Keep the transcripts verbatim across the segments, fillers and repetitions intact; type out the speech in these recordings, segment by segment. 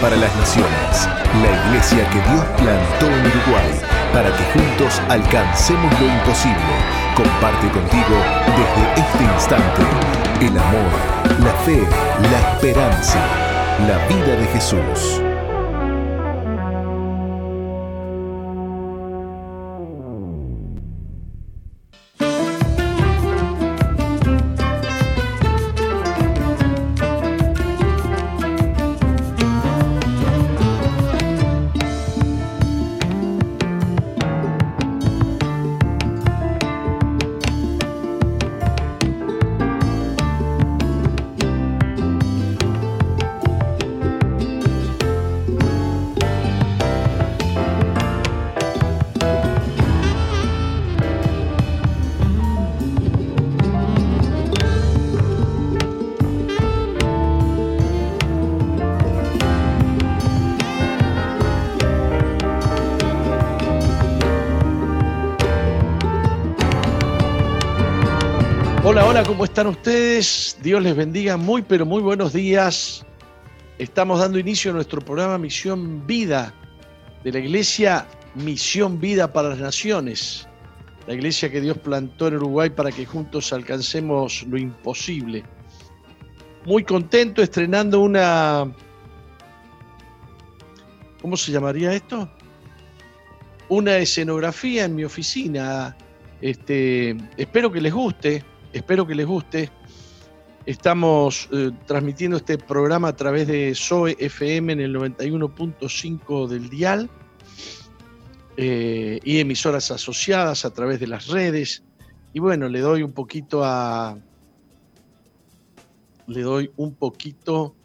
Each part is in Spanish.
para las Naciones, la iglesia que Dios plantó en Uruguay, para que juntos alcancemos lo imposible. Comparte contigo desde este instante el amor, la fe, la esperanza, la vida de Jesús. Hola, hola, ¿cómo están ustedes? Dios les bendiga, muy pero muy buenos días. Estamos dando inicio a nuestro programa Misión Vida, de la Iglesia Misión Vida para las Naciones, la iglesia que Dios plantó en Uruguay para que juntos alcancemos lo imposible. Muy contento estrenando una... ¿Cómo se llamaría esto? Una escenografía en mi oficina. Este, espero que les guste. Espero que les guste. Estamos eh, transmitiendo este programa a través de Zoe F M en el noventa y uno punto cinco del dial eh, y emisoras asociadas a través de las redes. Y bueno, le doy un poquito a... Le doy un poquito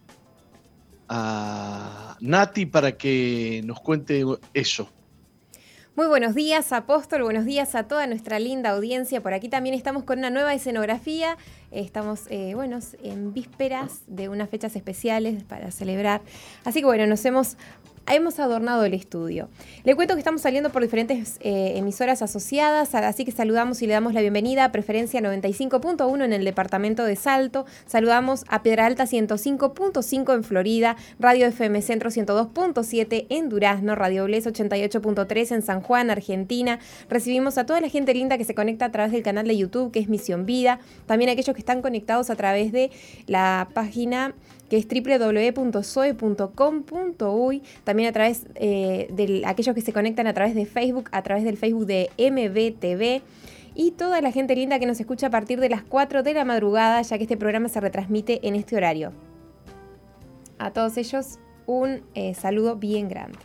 a Nati para que nos cuente eso. Muy buenos días, Apóstol, buenos días a toda nuestra linda audiencia. Por aquí también estamos con una nueva escenografía. Estamos, eh, bueno, en vísperas de unas fechas especiales para celebrar. Así que bueno, nos hemos... Hemos adornado el estudio. Le cuento que estamos saliendo por diferentes eh, emisoras asociadas, así que saludamos y le damos la bienvenida a Preferencia noventa y cinco punto uno en el departamento de Salto. Saludamos a Piedra Alta ciento cinco punto cinco en Florida, Radio F M Centro ciento dos punto siete en Durazno, Radio Bles ochenta y ocho punto tres en San Juan, Argentina. Recibimos a toda la gente linda que se conecta a través del canal de YouTube, que es Misión Vida. También a aquellos que están conectados a través de la página que es doble u doble u doble u punto zoe punto com punto uy, también a través eh, de aquellos que se conectan a través de Facebook, a través del Facebook de M B T V, y toda la gente linda que nos escucha a partir de las cuatro de la madrugada, ya que este programa se retransmite en este horario. A todos ellos, un eh, saludo bien grande.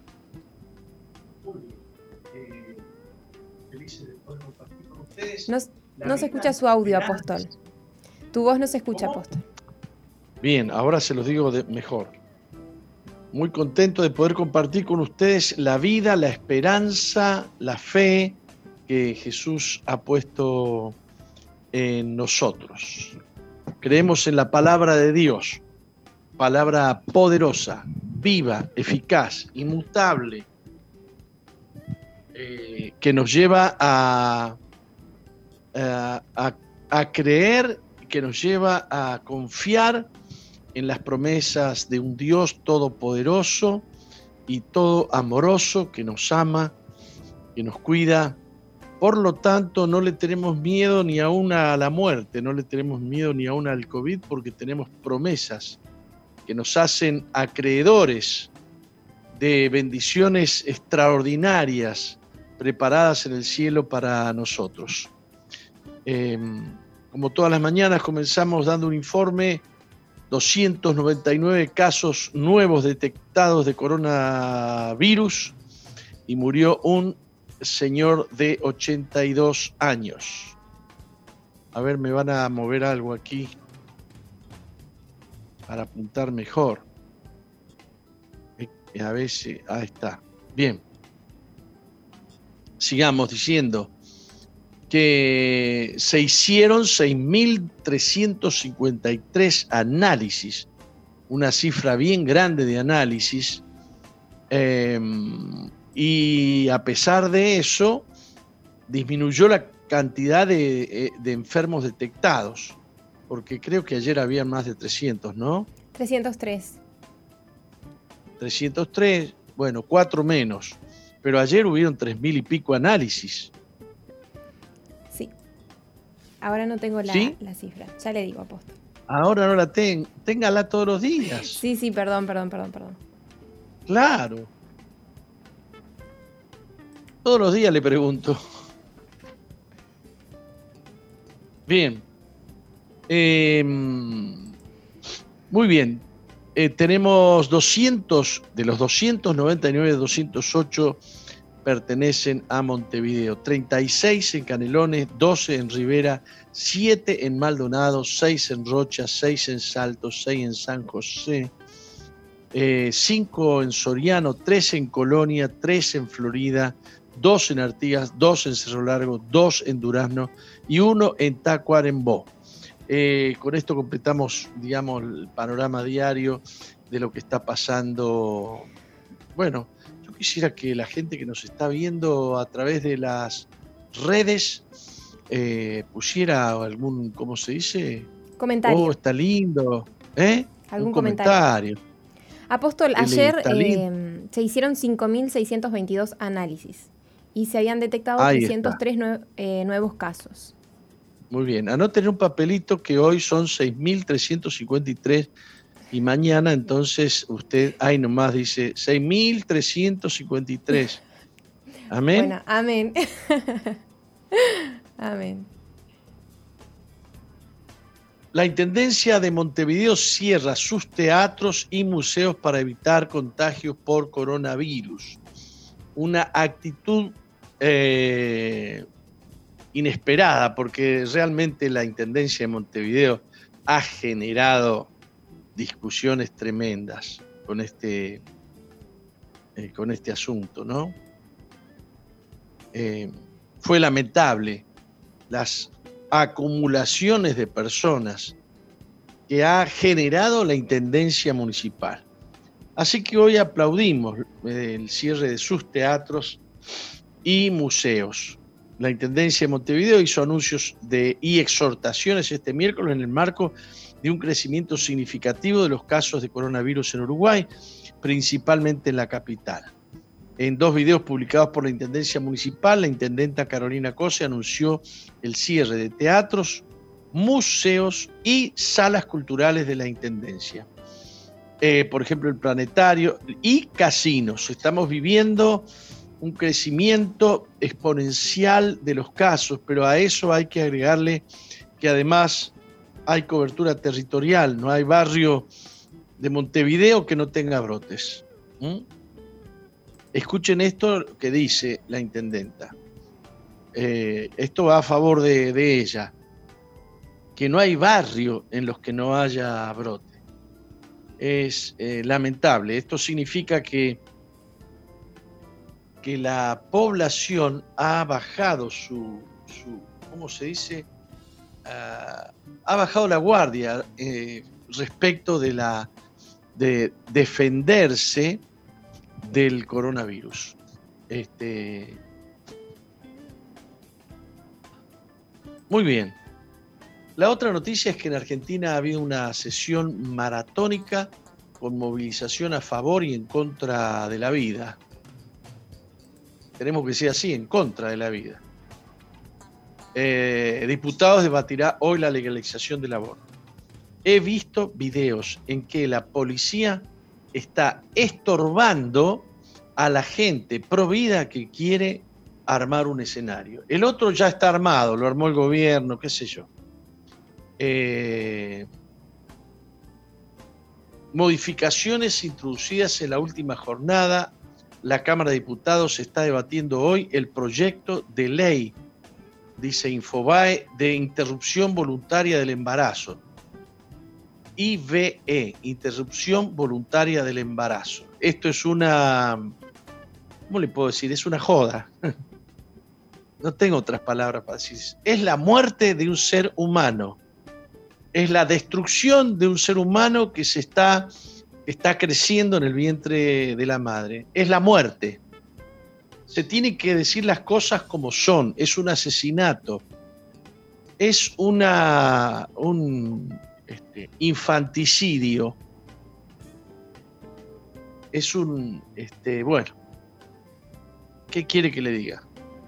Muy bien. Eh, felices de poder compartir con ustedes. No, no se escucha su audio, Apóstol. Tu voz no se escucha, ¿Cómo? Apóstol. Bien, ahora se los digo de mejor. Muy contento de poder compartir con ustedes la vida, la esperanza, la fe que Jesús ha puesto en nosotros. Creemos en la palabra de Dios, palabra poderosa, viva, eficaz, inmutable, eh, que nos lleva a, a, a, a creer, que nos lleva a confiar en las promesas de un Dios todopoderoso y todo amoroso, que nos ama, que nos cuida. Por lo tanto, no le tenemos miedo ni aún a la muerte, no le tenemos miedo ni aún al COVID, porque tenemos promesas que nos hacen acreedores de bendiciones extraordinarias preparadas en el cielo para nosotros. Eh, como todas las mañanas, comenzamos dando un informe. doscientos noventa y nueve casos nuevos detectados de coronavirus y murió un señor de ochenta y dos años. A ver, me van a mover algo aquí para apuntar mejor. A ver si... Ahí está. Bien. Sigamos diciendo que se hicieron seis mil trescientos cincuenta y tres análisis, una cifra bien grande de análisis, eh, y a pesar de eso, disminuyó la cantidad de, de enfermos detectados, porque creo que ayer había más de trescientos, ¿no? trescientos tres. trescientos tres, bueno, cuatro menos. Pero ayer hubieron tres mil y pico análisis. Sí. Ahora no tengo la, ¿Sí? la cifra. Ya le digo, Apóstol. Ahora no la tengo. Téngala todos los días. Sí, sí, perdón, perdón, perdón, perdón. Claro. Todos los días le pregunto. Bien. Eh, muy bien. Eh, tenemos doscientos, de los doscientos noventa y nueve, doscientos ocho pertenecen a Montevideo. treinta y seis en Canelones, doce en Rivera, siete en Maldonado, seis en Rocha, seis en Salto, seis en San José, eh, cinco en Soriano, tres en Colonia, tres en Florida, dos en Artigas, dos en Cerro Largo, dos en Durazno y uno en Tacuarembó. Eh, con esto completamos, digamos, el panorama diario de lo que está pasando. Bueno, yo quisiera que la gente que nos está viendo a través de las redes eh, pusiera algún, ¿cómo se dice? Comentario. Oh, está lindo. ¿Eh? ¿Algún Un comentario? comentario. Apóstol, Él ayer está eh, se hicieron cinco mil seiscientos veintidós análisis y se habían detectado Ahí trescientos tres nue- eh, nuevos casos. Muy bien. Anoten en un papelito que hoy son seis mil trescientos cincuenta y tres y mañana entonces usted, ahí nomás dice seis mil trescientos cincuenta y tres. Amén. Bueno, amén. Amén. La Intendencia de Montevideo cierra sus teatros y museos para evitar contagios por coronavirus. Una actitud eh, inesperada, porque realmente la Intendencia de Montevideo ha generado discusiones tremendas con este, eh, con este asunto, ¿no? Eh, fue lamentable las acumulaciones de personas que ha generado la Intendencia Municipal. Así que hoy aplaudimos el cierre de sus teatros y museos. La Intendencia de Montevideo hizo anuncios de, y exhortaciones este miércoles en el marco de un crecimiento significativo de los casos de coronavirus en Uruguay, principalmente en la capital. En dos videos publicados por la Intendencia Municipal, la intendenta Carolina Cose anunció el cierre de teatros, museos y salas culturales de la Intendencia. Eh, por ejemplo, el Planetario y casinos. Estamos viviendo un crecimiento exponencial de los casos, pero a eso hay que agregarle que además hay cobertura territorial, no hay barrio de Montevideo que no tenga brotes. ¿Mm? Escuchen esto que dice la intendenta. Eh, esto va a favor de, de ella, que no hay barrio en los que no haya brote. Es eh, lamentable. Esto significa que que la población ha bajado su, su ¿cómo se dice? Uh, ha bajado la guardia eh, respecto de la de defenderse del coronavirus. Este, muy bien. La otra noticia es que en Argentina ha habido una sesión maratónica con movilización a favor y en contra de la vida. Tenemos que ser así, en contra de la vida. Eh, diputados debatirá hoy la legalización del aborto. He visto videos en que la policía está estorbando a la gente pro vida que quiere armar un escenario. El otro ya está armado, lo armó el gobierno, qué sé yo. Eh, modificaciones introducidas en la última jornada. La Cámara de Diputados está debatiendo hoy el proyecto de ley, dice Infobae, de interrupción voluntaria del embarazo. I V E, interrupción voluntaria del embarazo. Esto es una, ¿cómo le puedo decir? Es una joda. No tengo otras palabras para decir. Es la muerte de un ser humano. Es la destrucción de un ser humano que se está... está creciendo en el vientre de la madre. Es la muerte. Se tiene que decir las cosas como son. Es un asesinato. Es una, un este, infanticidio. es un, este, bueno, ¿qué quiere que le diga?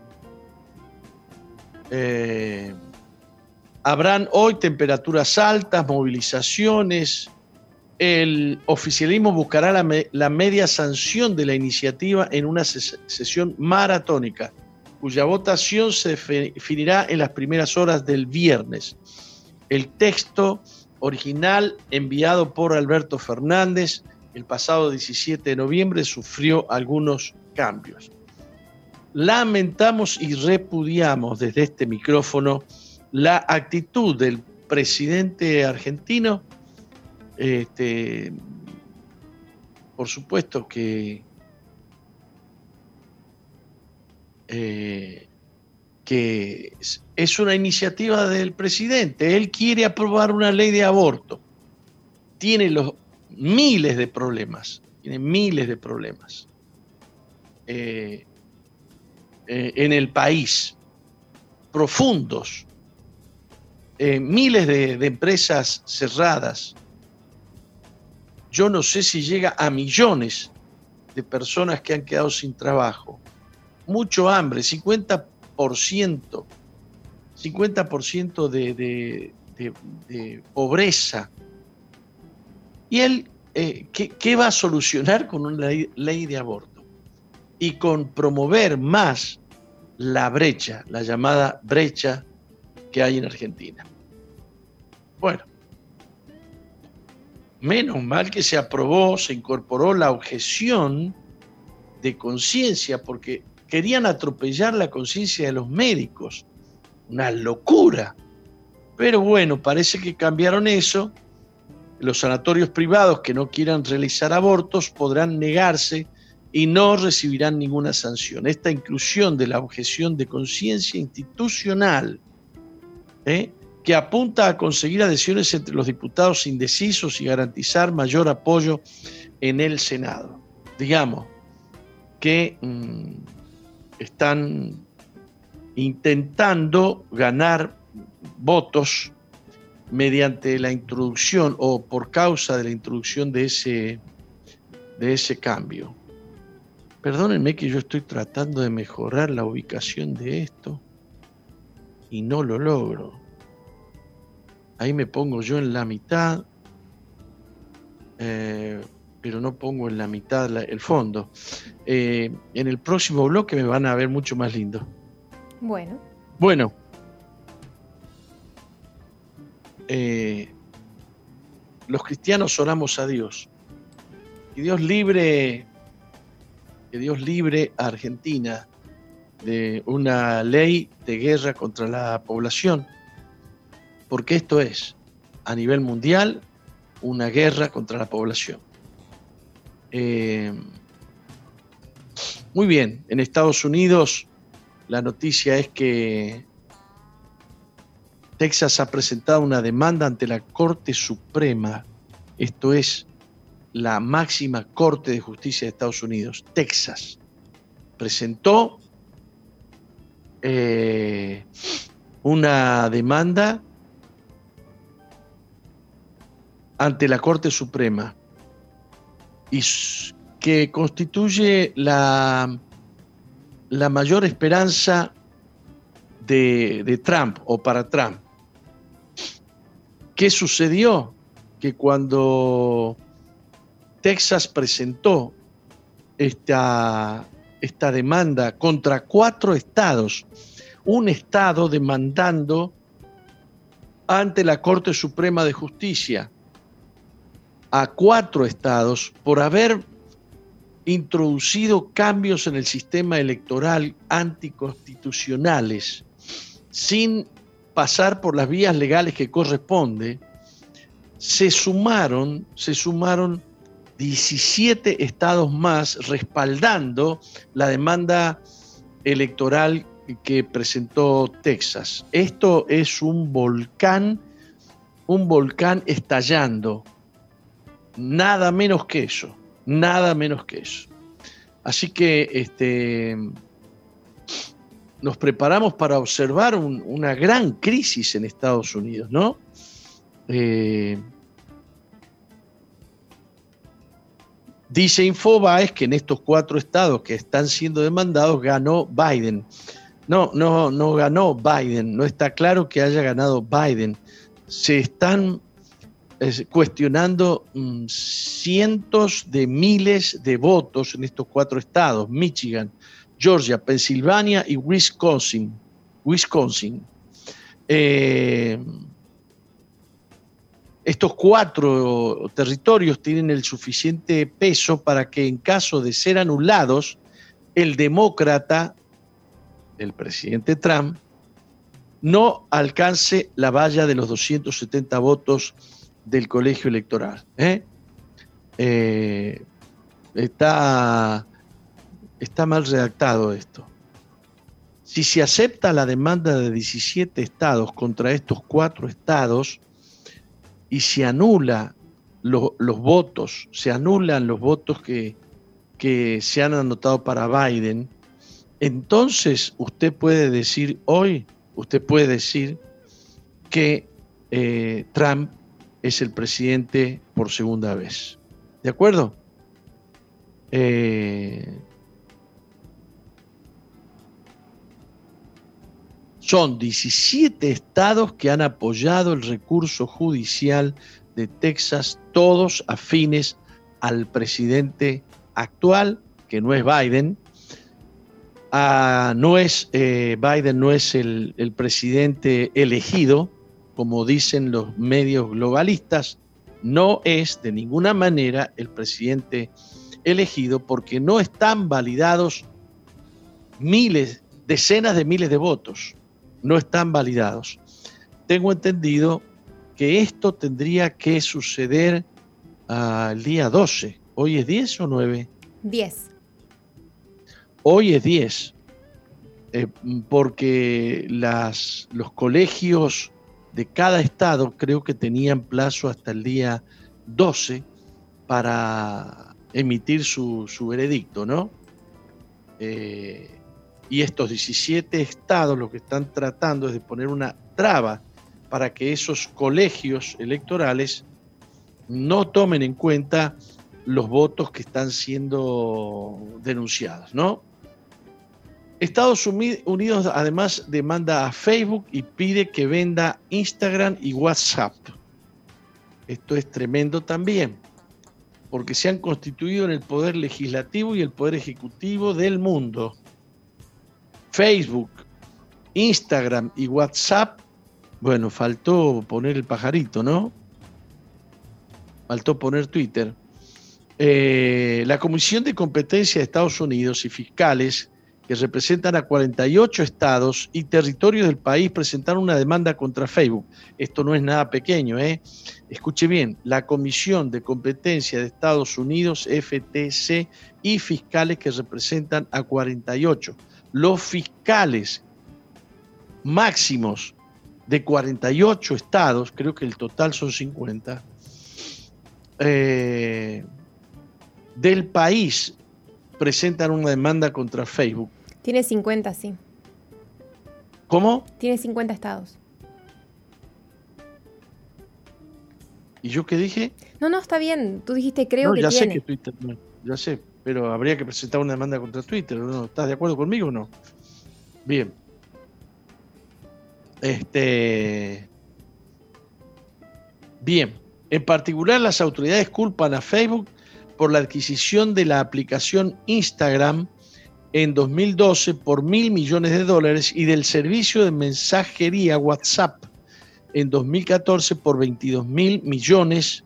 Eh, habrán hoy temperaturas altas, movilizaciones. El oficialismo buscará la, me, la media sanción de la iniciativa en una ses sesión maratónica, cuya votación se definirá en las primeras horas del viernes. El texto original enviado por Alberto Fernández el pasado diecisiete de noviembre sufrió algunos cambios. Lamentamos y repudiamos desde este micrófono la actitud del presidente argentino. Este, por supuesto que, eh, que es una iniciativa del presidente. Él quiere aprobar una ley de aborto. Tiene los miles de problemas, tiene miles de problemas eh, eh, en el país, profundos, eh, miles de, de empresas cerradas. Yo no sé si llega a millones de personas que han quedado sin trabajo, mucho hambre, cincuenta por ciento, cincuenta por ciento de, de, de, de pobreza. ¿Y él eh, ¿qué, qué va a solucionar con una ley, ley de aborto? Y con promover más la brecha, la llamada brecha que hay en Argentina. Bueno, menos mal que se aprobó, se incorporó la objeción de conciencia, porque querían atropellar la conciencia de los médicos. Una locura. Pero bueno, parece que cambiaron eso. Los sanatorios privados que no quieran realizar abortos podrán negarse y no recibirán ninguna sanción. Esta inclusión de la objeción de conciencia institucional, ¿eh? que apunta a conseguir adhesiones entre los diputados indecisos y garantizar mayor apoyo en el Senado. Digamos que mmm, están intentando ganar votos mediante la introducción o por causa de la introducción de ese, de ese cambio. Perdónenme que yo estoy tratando de mejorar la ubicación de esto y no lo logro. Ahí me pongo yo en la mitad, eh, pero no pongo en la mitad la, el fondo. Eh, en el próximo bloque me van a ver mucho más lindo. Bueno. Bueno. Eh, los cristianos oramos a Dios. Que Dios libre, que Dios libre a Argentina de una ley de guerra contra la población. Porque esto es, a nivel mundial, una guerra contra la población. Eh, muy bien, en Estados Unidos la noticia es que Texas ha presentado una demanda ante la Corte Suprema, esto es, la máxima Corte de Justicia de Estados Unidos. Texas presentó eh, una demanda ante la Corte Suprema y que constituye la, la mayor esperanza de, de Trump o para Trump. ¿Qué sucedió? Que cuando Texas presentó esta, esta demanda contra cuatro estados, un estado demandando ante la Corte Suprema de Justicia a cuatro estados por haber introducido cambios en el sistema electoral anticonstitucionales sin pasar por las vías legales que corresponde, se sumaron, se sumaron diecisiete estados más respaldando la demanda electoral que presentó Texas. Esto es un volcán, un volcán estallando. Nada menos que eso, nada menos que eso. Así que este, nos preparamos para observar un, una gran crisis en Estados Unidos, ¿no? Eh, Dice Infobae que en estos cuatro estados que están siendo demandados ganó Biden. No, no, no ganó Biden. No está claro que haya ganado Biden. Se están eh, cuestionando mmm, cientos de miles de votos en estos cuatro estados: Michigan, Georgia, Pensilvania y Wisconsin. Wisconsin. Eh, estos cuatro territorios tienen el suficiente peso para que, en caso de ser anulados, el demócrata, el presidente Trump, no alcance la valla de los doscientos setenta votos del colegio electoral. ¿eh? Eh, está, está mal redactado esto. Si se acepta la demanda de diecisiete estados contra estos cuatro estados y se anula lo, los votos, se anulan los votos que, que se han anotado para Biden, entonces usted puede decir hoy, usted puede decir que eh, Trump es el presidente por segunda vez. ¿De acuerdo? Eh, Son diecisiete estados que han apoyado el recurso judicial de Texas, todos afines al presidente actual, que no es Biden. Ah, no es, eh, Biden no es el, el presidente elegido, como dicen los medios globalistas. No es de ninguna manera el presidente elegido, porque no están validados miles, decenas de miles de votos. No están validados. Tengo entendido que esto tendría que suceder uh, el día doce. ¿Hoy es diez o nueve? diez. Hoy es diez, eh, porque las, los colegios de cada estado creo que tenían plazo hasta el día doce para emitir su, su veredicto, ¿no? Eh, Y estos diecisiete estados lo que están tratando es de poner una traba para que esos colegios electorales no tomen en cuenta los votos que están siendo denunciados, ¿no? Estados Unidos además demanda a Facebook y pide que venda Instagram y WhatsApp. Esto es tremendo también, porque se han constituido en el poder legislativo y el poder ejecutivo del mundo. Facebook, Instagram y WhatsApp, bueno, faltó poner el pajarito, ¿no? Faltó poner Twitter. Eh, la Comisión de Competencia de Estados Unidos y fiscales que representan a cuarenta y ocho estados y territorios del país presentaron una demanda contra Facebook. Esto no es nada pequeño, ¿eh? Escuche bien, la Comisión de Competencia de Estados Unidos, F T C, y fiscales que representan a cuarenta y ocho. Los fiscales máximos de cuarenta y ocho estados, creo que el total son cincuenta, eh, del país presentan una demanda contra Facebook. Tiene cincuenta, sí. ¿Cómo? Tiene cincuenta estados. ¿Y yo qué dije? No, no, está bien. Tú dijiste creo no, que ya tiene. sé que Twitter, no, ya sé, pero habría que presentar una demanda contra Twitter, ¿no? ¿Estás de acuerdo conmigo o no? Bien. Este. Bien. En particular, las autoridades culpan a Facebook por la adquisición de la aplicación Instagram en dos mil doce por mil millones de dólares y del servicio de mensajería WhatsApp en dos mil catorce por veintidós mil millones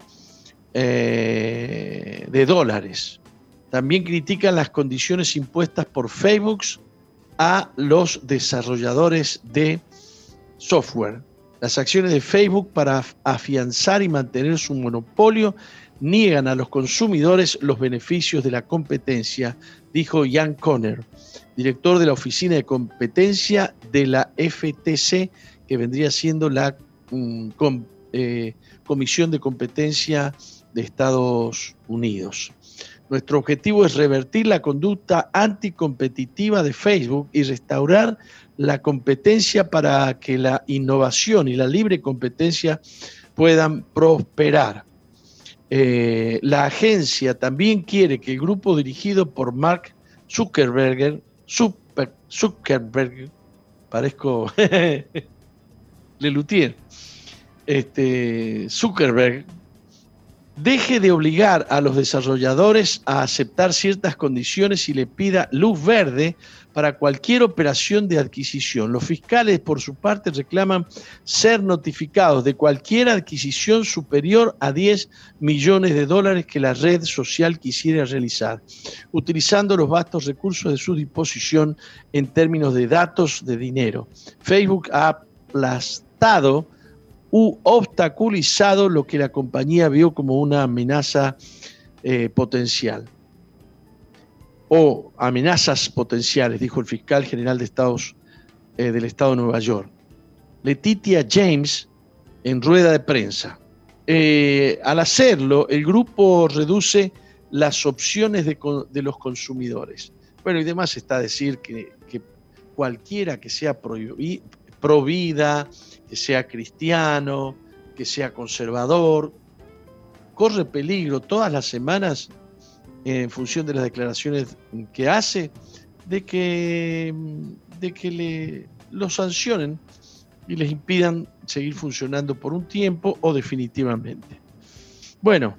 eh, de dólares. También critican las condiciones impuestas por Facebook a los desarrolladores de software. Las acciones de Facebook para afianzar y mantener su monopolio niegan a los consumidores los beneficios de la competencia, dijo Ian Conner, director de la Oficina de Competencia de la F T C, que vendría siendo la um, com, eh, Comisión de Competencia de Estados Unidos. Nuestro objetivo es revertir la conducta anticompetitiva de Facebook y restaurar la competencia para que la innovación y la libre competencia puedan prosperar. Eh, la agencia también quiere que el grupo dirigido por Mark Zuckerberg, Super, Zuckerberg, parezco Lelutier, este, Zuckerberg, deje de obligar a los desarrolladores a aceptar ciertas condiciones y le pida luz verde para cualquier operación de adquisición. Los fiscales, por su parte, reclaman ser notificados de cualquier adquisición superior a diez millones de dólares que la red social quisiera realizar, utilizando los vastos recursos de su disposición en términos de datos de dinero. Facebook ha aplastado u obstaculizado lo que la compañía vio como una amenaza eh, potencial. O amenazas potenciales, dijo el fiscal general de Estados, eh, del Estado de Nueva York, Letitia James, en rueda de prensa. Eh, al hacerlo, el grupo reduce las opciones de, de los consumidores. Bueno, y demás está a decir que, que cualquiera que sea prohibi, pro vida, que sea cristiano, que sea conservador, corre peligro todas las semanas, en función de las declaraciones que hace, de que, de que le, lo sancionen y les impidan seguir funcionando por un tiempo o definitivamente. Bueno,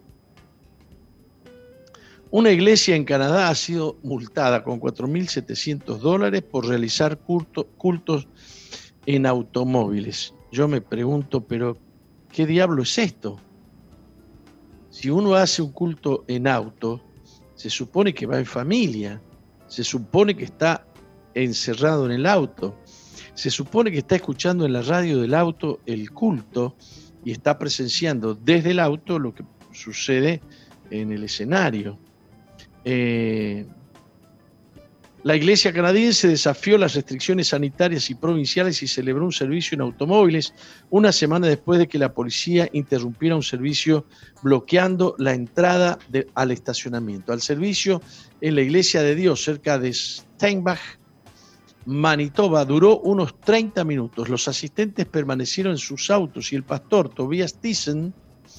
una iglesia en Canadá ha sido multada con cuatro mil setecientos dólares por realizar culto, cultos en automóviles. Yo me pregunto, pero ¿qué diablo es esto? Si uno hace un culto en auto, se supone que va en familia, se supone que está encerrado en el auto, se supone que está escuchando en la radio del auto el culto y está presenciando desde el auto lo que sucede en el escenario. Eh, La iglesia canadiense desafió las restricciones sanitarias y provinciales y celebró un servicio en automóviles una semana después de que la policía interrumpiera un servicio bloqueando la entrada de, al estacionamiento. Al servicio en la Iglesia de Dios cerca de Steinbach, Manitoba, duró unos treinta minutos. Los asistentes permanecieron en sus autos y el pastor Tobias Thyssen,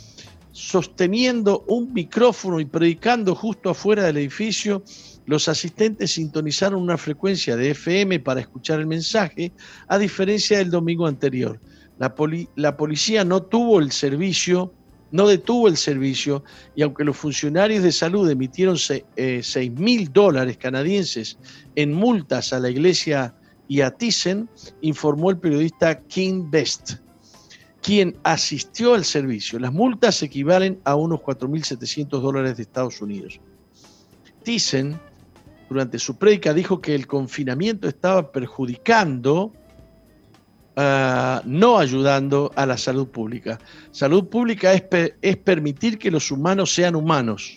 sosteniendo un micrófono y predicando justo afuera del edificio. Los asistentes sintonizaron una frecuencia de F M para escuchar el mensaje, a diferencia del domingo anterior. La, poli- la policía no tuvo el servicio, no detuvo el servicio, y aunque los funcionarios de salud emitieron se- eh, seis mil dólares canadienses en multas a la iglesia y a Thyssen, informó el periodista King Best, quien asistió al servicio. Las multas equivalen a unos cuatro mil setecientos dólares de Estados Unidos. Thyssen, durante su prédica, dijo que el confinamiento estaba perjudicando, uh, no ayudando a la salud pública. Salud pública es, per, es permitir que los humanos sean humanos.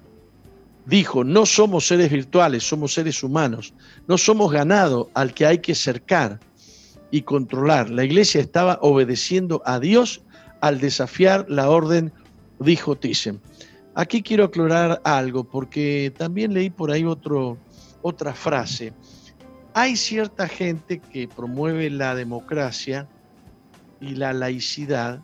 Dijo, no somos seres virtuales, somos seres humanos. No somos ganado al que hay que cercar y controlar. La iglesia estaba obedeciendo a Dios al desafiar la orden, dijo Thyssen. Aquí quiero aclarar algo, porque también leí por ahí otro, otra frase. Hay cierta gente que promueve la democracia y la laicidad.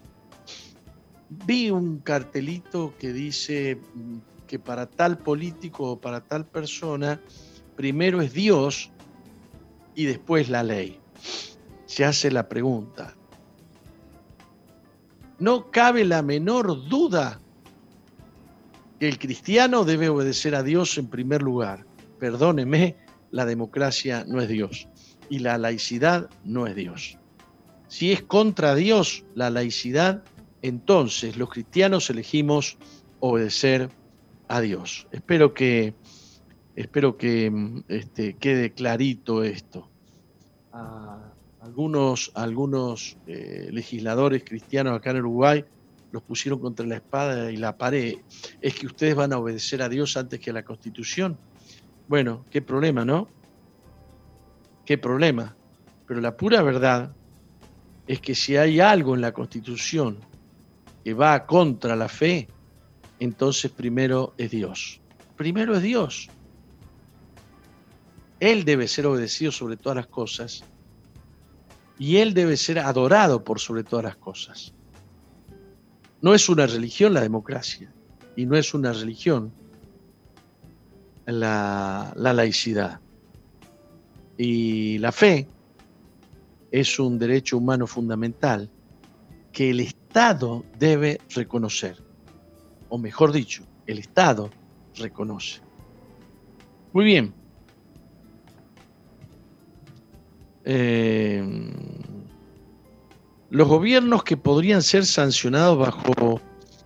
Vi un cartelito que dice que para tal político o para tal persona, primero es Dios y después la ley. Se hace la pregunta. No cabe la menor duda que el cristiano debe obedecer a Dios en primer lugar. Perdóneme, la democracia no es Dios y la laicidad no es Dios. Si es contra Dios la laicidad, entonces los cristianos elegimos obedecer a Dios. Espero que, espero que este, quede clarito esto. A algunos, algunos eh, legisladores cristianos acá en Uruguay los pusieron contra la espada y la pared. Es que ustedes van a obedecer a Dios antes que a la Constitución. Bueno, qué problema, ¿no? Qué problema. Pero la pura verdad es que si hay algo en la Constitución que va contra la fe, entonces primero es Dios. Primero es Dios. Él debe ser obedecido sobre todas las cosas y Él debe ser adorado por sobre todas las cosas. No es una religión la democracia y no es una religión la, la laicidad. Y la fe es un derecho humano fundamental que el Estado debe reconocer, o mejor dicho, el Estado reconoce. Muy bien. Eh, los gobiernos que podrían ser sancionados bajo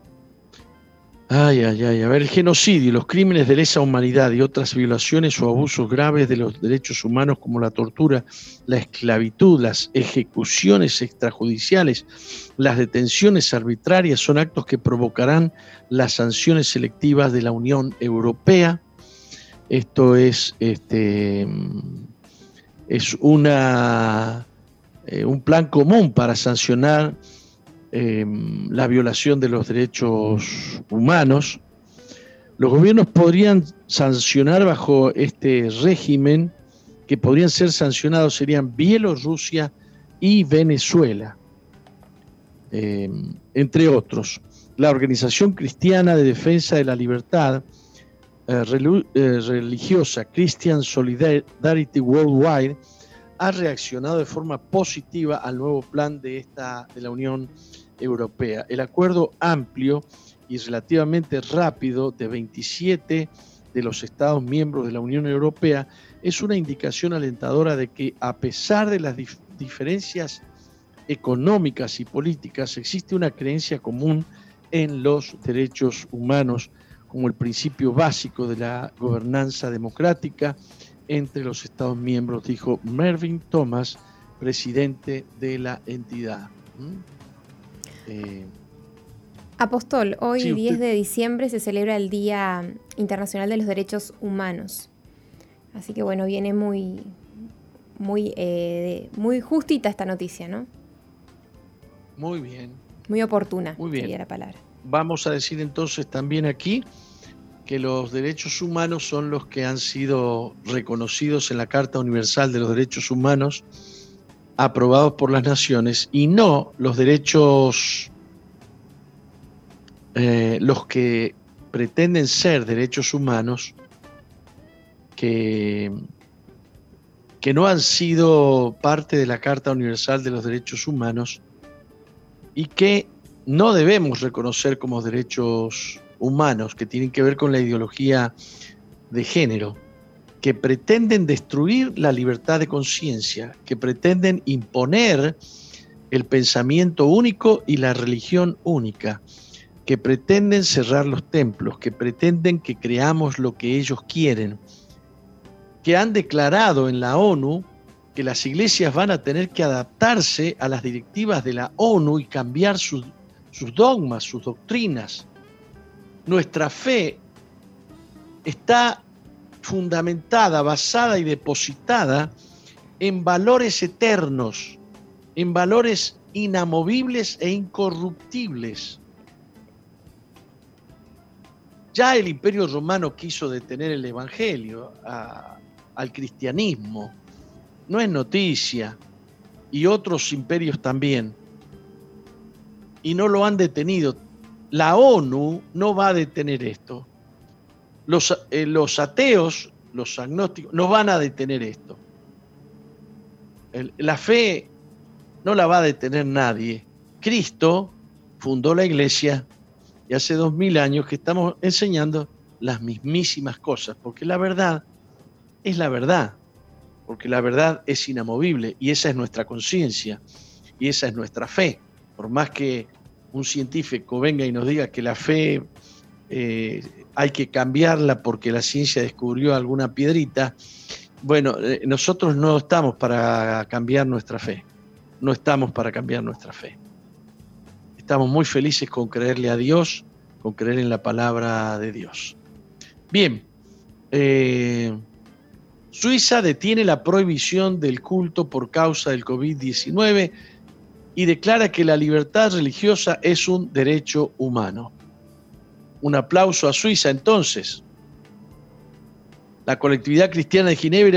Ay, ay, ay, a ver, el genocidio, los crímenes de lesa humanidad y otras violaciones o abusos graves de los derechos humanos como la tortura, la esclavitud, las ejecuciones extrajudiciales, las detenciones arbitrarias son actos que provocarán las sanciones selectivas de la Unión Europea. Esto es, este, es una, eh, un plan común para sancionar Eh, la violación de los derechos humanos. Los gobiernos podrían sancionar bajo este régimen, que podrían ser sancionados serían Bielorrusia y Venezuela, eh, entre otros. La Organización Cristiana de Defensa de la Libertad eh, relu- eh, Religiosa, Christian Solidarity Worldwide, ha reaccionado de forma positiva al nuevo plan de, esta, de la Unión Europea. El acuerdo amplio y relativamente rápido de veintisiete de los Estados miembros de la Unión Europea es una indicación alentadora de que, a pesar de las dif- diferencias económicas y políticas, existe una creencia común en los derechos humanos como el principio básico de la gobernanza democrática entre los Estados miembros, dijo Mervyn Thomas, presidente de la entidad. ¿Mm? Eh, Apóstol, hoy sí, diez usted... de diciembre se celebra el Día Internacional de los Derechos Humanos. Así que bueno, viene muy, muy, eh, muy justita esta noticia, ¿no? Muy bien. Muy oportuna, Muy bien. sería la palabra. Vamos a decir entonces también aquí que los derechos humanos son los que han sido reconocidos en la Carta Universal de los Derechos Humanos, aprobados por las naciones, y no los derechos, eh, los que pretenden ser derechos humanos, que, que no han sido parte de la Carta Universal de los Derechos Humanos y que no debemos reconocer como derechos humanos, que tienen que ver con la ideología de género, que pretenden destruir la libertad de conciencia, que pretenden imponer el pensamiento único y la religión única, que pretenden cerrar los templos, que pretenden que creamos lo que ellos quieren, que han declarado en la ONU que las iglesias van a tener que adaptarse a las directivas de la ONU y cambiar sus, sus dogmas, sus doctrinas. Nuestra fe está fundamentada, basada y depositada en valores eternos, en valores inamovibles e incorruptibles. Ya el Imperio Romano quiso detener el Evangelio a, al cristianismo, no es noticia, y otros imperios también, y no lo han detenido. La ONU no va a detener esto. Los, eh, los ateos, los agnósticos, no van a detener esto. El, la fe no la va a detener nadie. Cristo fundó la iglesia y hace dos mil años que estamos enseñando las mismísimas cosas, porque la verdad es la verdad, porque la verdad es inamovible y esa es nuestra conciencia y esa es nuestra fe. Por más que un científico venga y nos diga que la fe eh, hay que cambiarla porque la ciencia descubrió alguna piedrita, bueno, eh, nosotros no estamos para cambiar nuestra fe, no estamos para cambiar nuestra fe. Estamos muy felices con creerle a Dios, con creer en la palabra de Dios. Bien, eh, Suiza detiene la prohibición del culto por causa del COVID diecinueve y declara que la libertad religiosa es un derecho humano. Un aplauso a Suiza entonces. La colectividad cristiana de Ginebra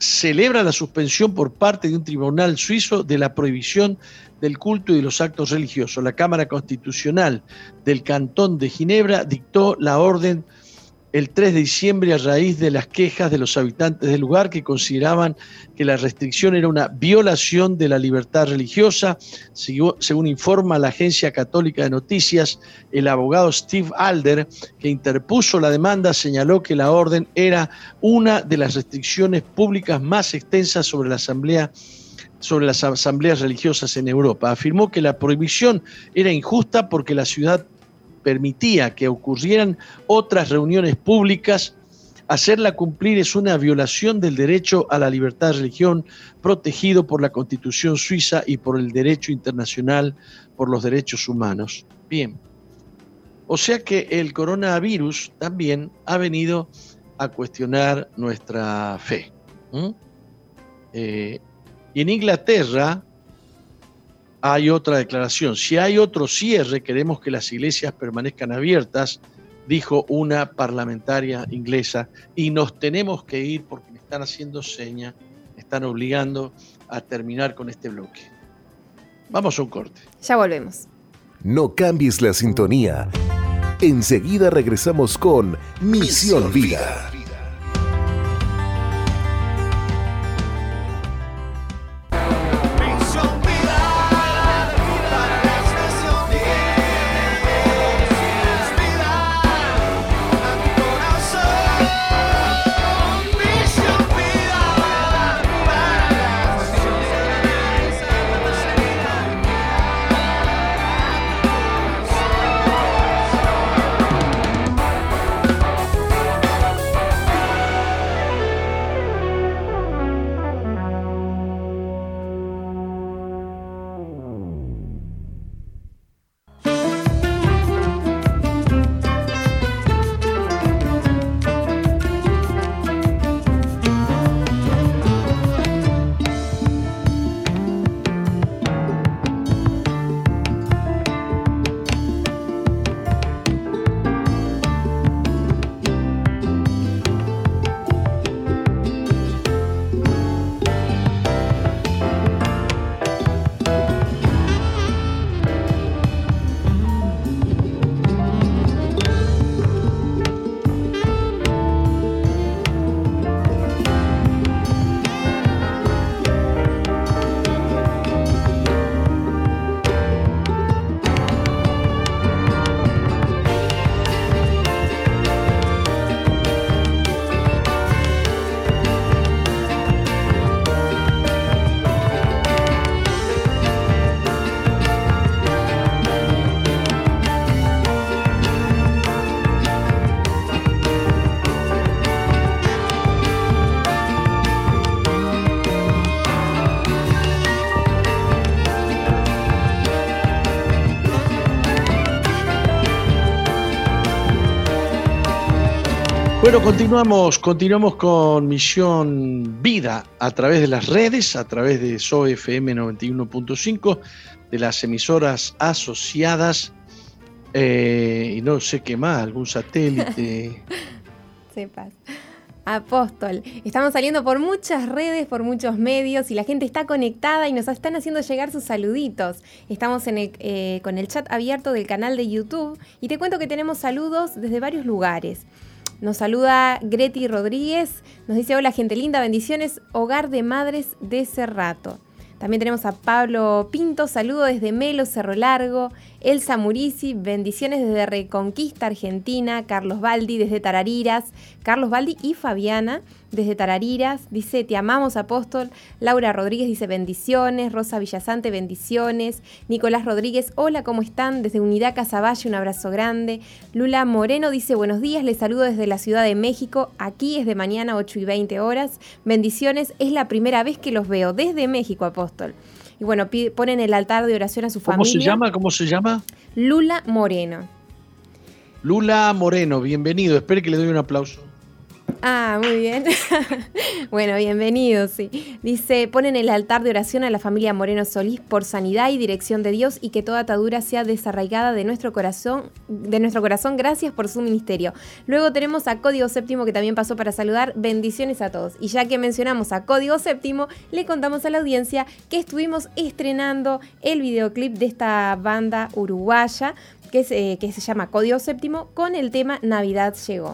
celebra la suspensión por parte de un tribunal suizo de la prohibición del culto y de los actos religiosos. La Cámara Constitucional del Cantón de Ginebra dictó la orden el tres de diciembre a raíz de las quejas de los habitantes del lugar que consideraban que la restricción era una violación de la libertad religiosa. Según informa la agencia católica de noticias, el abogado Steve Alder, que interpuso la demanda, señaló que la orden era una de las restricciones públicas más extensas sobre la asamblea sobre las asambleas religiosas en Europa. Afirmó que la prohibición era injusta porque la ciudad permitía que ocurrieran otras reuniones públicas. Hacerla cumplir es una violación del derecho a la libertad de religión protegido por la Constitución suiza y por el derecho internacional por los derechos humanos. Bien, o sea que el coronavirus también ha venido a cuestionar nuestra fe. ¿Mm? Eh, y en Inglaterra hay otra declaración. Si hay otro cierre, queremos que las iglesias permanezcan abiertas, dijo una parlamentaria inglesa, y nos tenemos que ir porque me están haciendo señas, me están obligando a terminar con este bloque. Vamos a un corte. Ya volvemos. No cambies la sintonía. Enseguida regresamos con Misión Vida. Bueno, continuamos, continuamos con Misión Vida a través de las redes, a través de S O E F M noventa y uno punto cinco, de las emisoras asociadas, eh, y no sé qué más, algún satélite. Sepas. Apóstol, estamos saliendo por muchas redes, por muchos medios y la gente está conectada y nos están haciendo llegar sus saluditos. Estamos en el, eh, con el chat abierto del canal de YouTube y te cuento que tenemos saludos desde varios lugares. Nos saluda Greti Rodríguez, nos dice: hola gente linda, bendiciones, hogar de madres de Cerrato. También tenemos a Pablo Pinto, saludo desde Melo, Cerro Largo. Elsa Murici, bendiciones desde Reconquista, Argentina. Carlos Baldi desde Tarariras. Carlos Baldi y Fabiana desde Tarariras. Dice: te amamos, apóstol. Laura Rodríguez dice: bendiciones. Rosa Villasante, bendiciones. Nicolás Rodríguez, hola, ¿cómo están? Desde Unidad Casaballe, un abrazo grande. Lula Moreno dice: buenos días, les saludo desde la Ciudad de México. Aquí es de mañana ocho y veinte horas. Bendiciones, es la primera vez que los veo desde México, apóstol. Y bueno, pide, ponen el altar de oración a su ¿Cómo familia. se llama? ¿Cómo se llama? Lula Moreno. Lula Moreno, bienvenido. Espere que le doy un aplauso. Ah, muy bien. Bueno, bienvenido, sí. Dice, ponen el altar de oración a la familia Moreno Solís por sanidad y dirección de Dios y que toda atadura sea desarraigada de nuestro corazón, de nuestro corazón. Gracias por su ministerio. Luego tenemos a Código Séptimo, que también pasó para saludar. Bendiciones a todos. Y ya que mencionamos a Código Séptimo, le contamos a la audiencia que estuvimos estrenando el videoclip de esta banda uruguaya que, es, eh, que se llama Código Séptimo con el tema Navidad Llegó.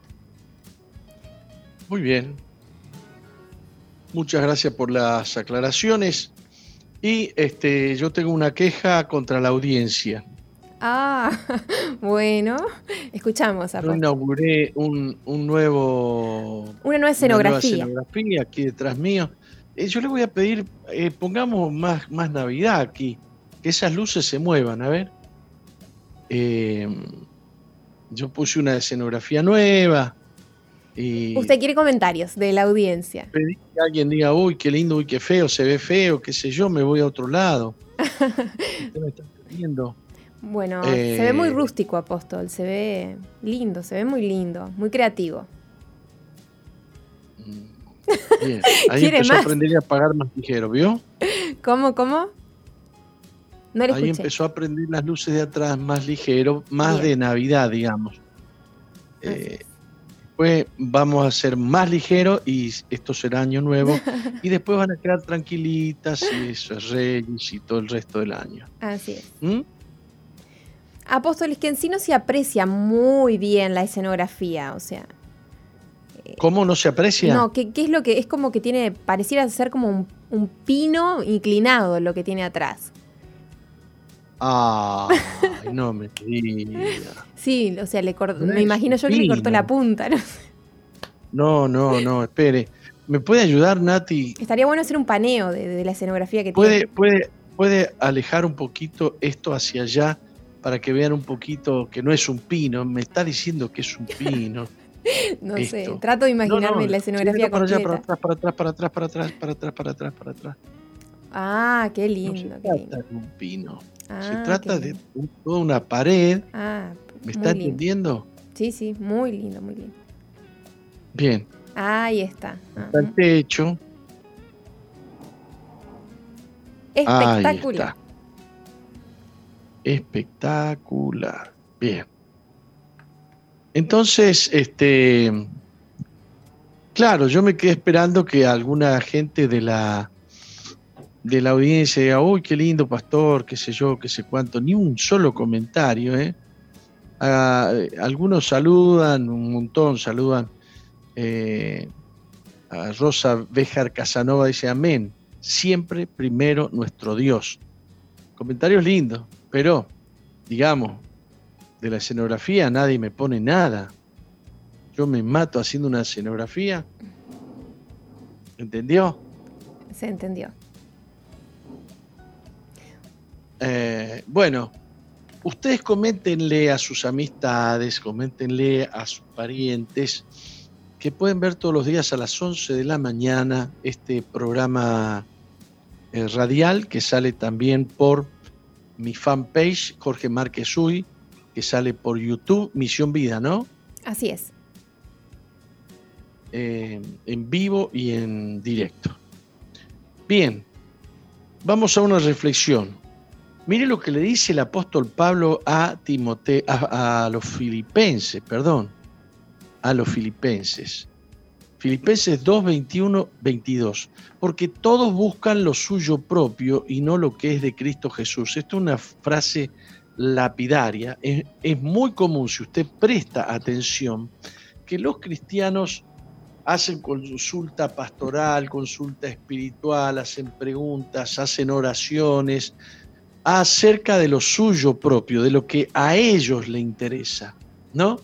Muy bien. Muchas gracias por las aclaraciones. Y este, yo tengo una queja contra la audiencia. Ah, bueno. Escuchamos. Yo inauguré un, un nuevo... Una nueva escenografía. Una nueva escenografía aquí detrás mío. Eh, yo le voy a pedir, eh, pongamos más, más Navidad aquí. Que esas luces se muevan, a ver. Eh, yo puse una escenografía nueva. Y usted quiere comentarios de la audiencia. Pedí que alguien diga, uy, qué lindo, uy, qué feo, se ve feo, qué sé yo, me voy a otro lado. Usted me está entendiendo. Bueno, eh, se ve muy rústico, Apóstol, se ve lindo, se ve muy lindo, muy creativo. Bien, ahí empezó más? a aprender a apagar más ligero, ¿vio? ¿Cómo, cómo? No le ahí escuché. Empezó a prender las luces de atrás más ligero, más Bien. de Navidad, digamos. Eh, Después vamos a ser más ligeros y esto será año nuevo y después van a quedar tranquilitas y eso es Reyes y todo el resto del año. Así es. ¿Mm? Apóstoles, que en sí no se aprecia muy bien la escenografía, o sea... ¿Cómo no se aprecia? No, ¿qué, qué es lo que es como que tiene, pareciera ser como un, un pino inclinado lo que tiene atrás? Ah, no me diga. Sí, o sea, le cort... me imagino yo que le cortó la punta, ¿no? No, no, no, espere. ¿Me puede ayudar, Nati? Estaría bueno hacer un paneo de, de la escenografía que ¿Puede, tiene. Puede, puede alejar un poquito esto hacia allá para que vean un poquito que no es un pino. Me está diciendo que es un pino. No esto. sé, trato de imaginarme no, no, la escenografía sí, para completa. allá, para atrás, para atrás, para atrás, para atrás, para atrás, para atrás, para atrás. Ah, qué lindo. No se qué trata lindo. de un pino. Ah, se trata de un, toda una pared. Ah, ¿Me está lindo. entendiendo? Sí, sí, muy lindo, muy lindo. Bien. Ahí está. Ah, está el techo. Espectacular. Espectacular. Bien. Entonces, este, claro, yo me quedé esperando que alguna gente de la de la audiencia diga, uy, qué lindo pastor, qué sé yo, qué sé cuánto, ni un solo comentario, ¿eh? Ah, algunos saludan, un montón saludan. Eh, a Rosa Béjar Casanova dice, amén, siempre primero nuestro Dios. Comentarios lindos, pero, digamos, de la escenografía nadie me pone nada. Yo me mato haciendo una escenografía. ¿Entendió? Se entendió. Eh, bueno, ustedes coméntenle a sus amistades, coméntenle a sus parientes que pueden ver todos los días a las once de la mañana este programa eh, radial que sale también por mi fanpage, Jorge Márquez Uy, que sale por YouTube, Misión Vida, ¿no? Así es. Eh, en vivo y en directo. Bien, vamos a una reflexión. Mire lo que le dice el apóstol Pablo a Timoteo, a, a los filipenses, perdón, a los filipenses. Filipenses dos, veintiuno, veintidós. Porque todos buscan lo suyo propio y no lo que es de Cristo Jesús. Esta es una frase lapidaria. Es, es muy común, si usted presta atención, que los cristianos hacen consulta pastoral, consulta espiritual, hacen preguntas, hacen oraciones acerca de lo suyo propio, de lo que a ellos le interesa, ¿no?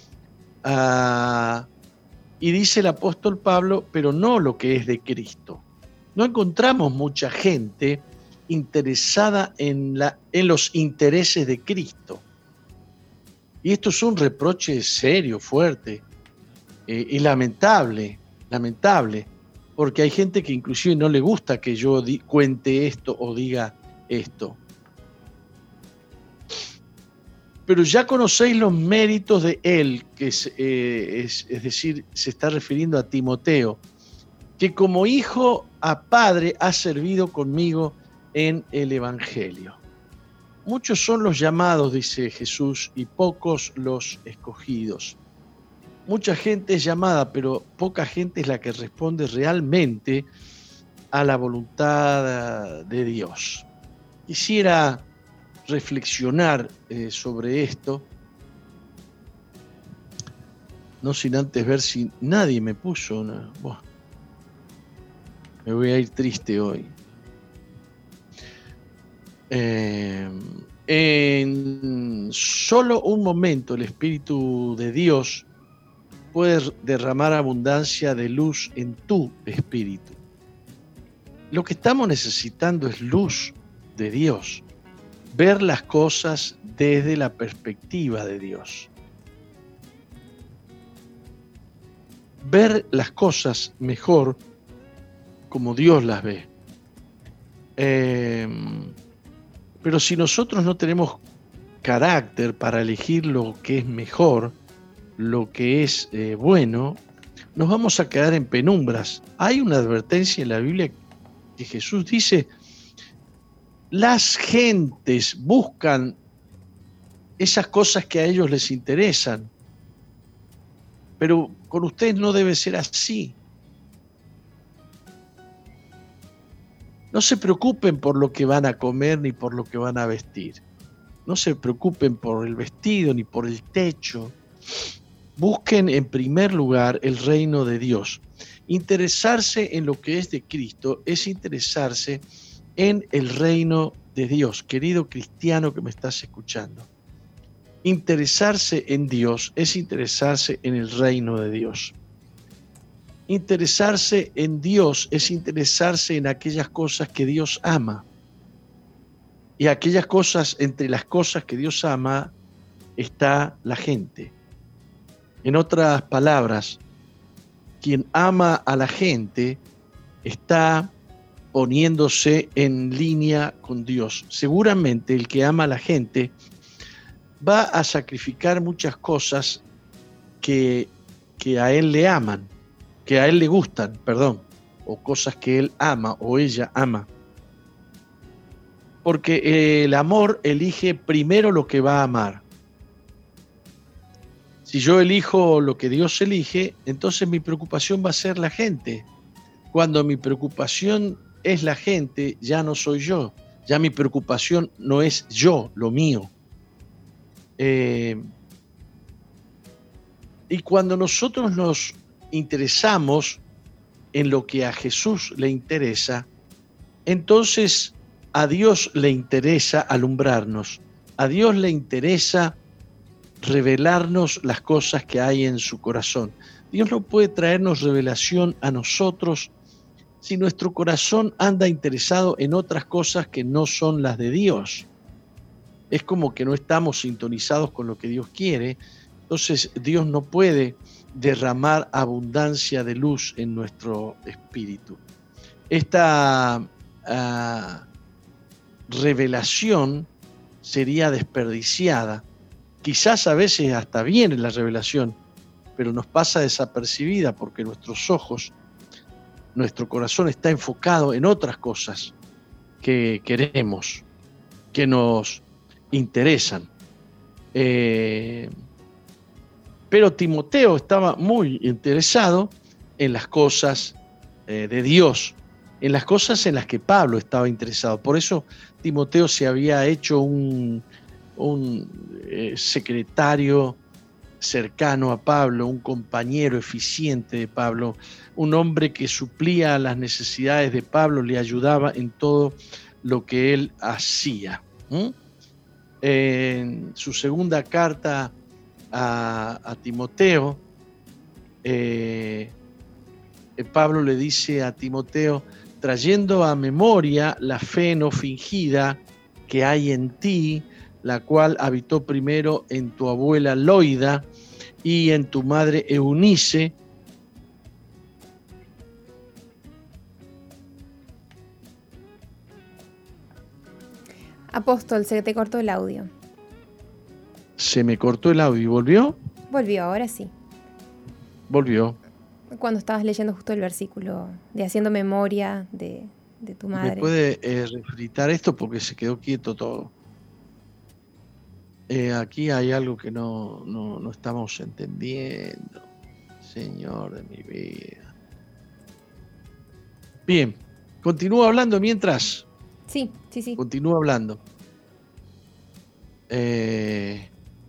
Ah, y dice el apóstol Pablo, pero no lo que es de Cristo. No encontramos mucha gente interesada en, la, en los intereses de Cristo. Y esto es un reproche serio, fuerte eh, y lamentable, lamentable, porque hay gente que inclusive no le gusta que yo di, cuente esto o diga esto. pero ya conocéis los méritos de él, que es, eh, es, es decir, se está refiriendo a Timoteo, que como hijo a padre ha servido conmigo en el Evangelio. Muchos son los llamados, dice Jesús, y pocos los escogidos. Mucha gente es llamada, pero poca gente es la que responde realmente a la voluntad de Dios. Quisiera reflexionar eh, sobre esto, no sin antes ver si nadie me puso una... Bueno, me voy a ir triste hoy. Eh, en solo un momento el Espíritu de Dios puede derramar abundancia de luz en tu espíritu. Lo que estamos necesitando es luz de Dios, ver las cosas desde la perspectiva de Dios, ver las cosas mejor como Dios las ve. Eh, pero si nosotros no tenemos carácter para elegir lo que es mejor, lo que es eh, bueno, nos vamos a quedar en penumbras. Hay una advertencia en la Biblia que Jesús dice: las gentes buscan esas cosas que a ellos les interesan, pero con ustedes no debe ser así. No se preocupen por lo que van a comer ni por lo que van a vestir. No se preocupen por el vestido ni por el techo. Busquen en primer lugar el reino de Dios. Interesarse en lo que es de Cristo es interesarse en el reino de Dios. Querido cristiano que me estás escuchando, interesarse en Dios es interesarse en el reino de Dios. Interesarse en Dios es interesarse en aquellas cosas que Dios ama. Y aquellas cosas, entre las cosas que Dios ama, está la gente. En otras palabras, quien ama a la gente está poniéndose en línea con Dios. Seguramente el que ama a la gente va a sacrificar muchas cosas que, que a él le aman, que a él le gustan, perdón, o cosas que él ama o ella ama. Porque el amor elige primero lo que va a amar. Si yo elijo lo que Dios elige, entonces mi preocupación va a ser la gente. Cuando mi preocupación es la gente, ya no soy yo. Ya mi preocupación no es yo, lo mío. Eh, y cuando nosotros nos interesamos en lo que a Jesús le interesa, entonces a Dios le interesa alumbrarnos. A Dios le interesa revelarnos las cosas que hay en su corazón. Dios no puede traernos revelación a nosotros si nuestro corazón anda interesado en otras cosas que no son las de Dios. Es como que no estamos sintonizados con lo que Dios quiere. Entonces Dios no puede derramar abundancia de luz en nuestro espíritu. Esta uh, revelación sería desperdiciada. Quizás a veces hasta viene la revelación, pero nos pasa desapercibida porque nuestros ojos, nuestro corazón está enfocado en otras cosas que queremos, que nos interesan. Eh, pero Timoteo estaba muy interesado en las cosas eh, de Dios, en las cosas en las que Pablo estaba interesado. Por eso Timoteo se había hecho un un eh, secretario cercano a Pablo, un compañero eficiente de Pablo, un hombre que suplía las necesidades de Pablo, le ayudaba en todo lo que él hacía. ¿Mm? En su segunda carta a, a Timoteo, eh, Pablo le dice a Timoteo: trayendo a memoria la fe no fingida que hay en ti, la cual habitó primero en tu abuela Loida y en tu madre Eunice, Apóstol, se te cortó el audio. se me cortó el audio y volvió. Volvió, ahora sí. Volvió. Cuando estabas leyendo justo el versículo de haciendo memoria de, de tu madre. ¿Me puede eh, refritar esto? Porque se quedó quieto todo. Eh, aquí hay algo que no, no, no estamos entendiendo. Señor de mi vida. Bien, continúo hablando mientras. Sí, sí, sí. Continúo hablando. Eh...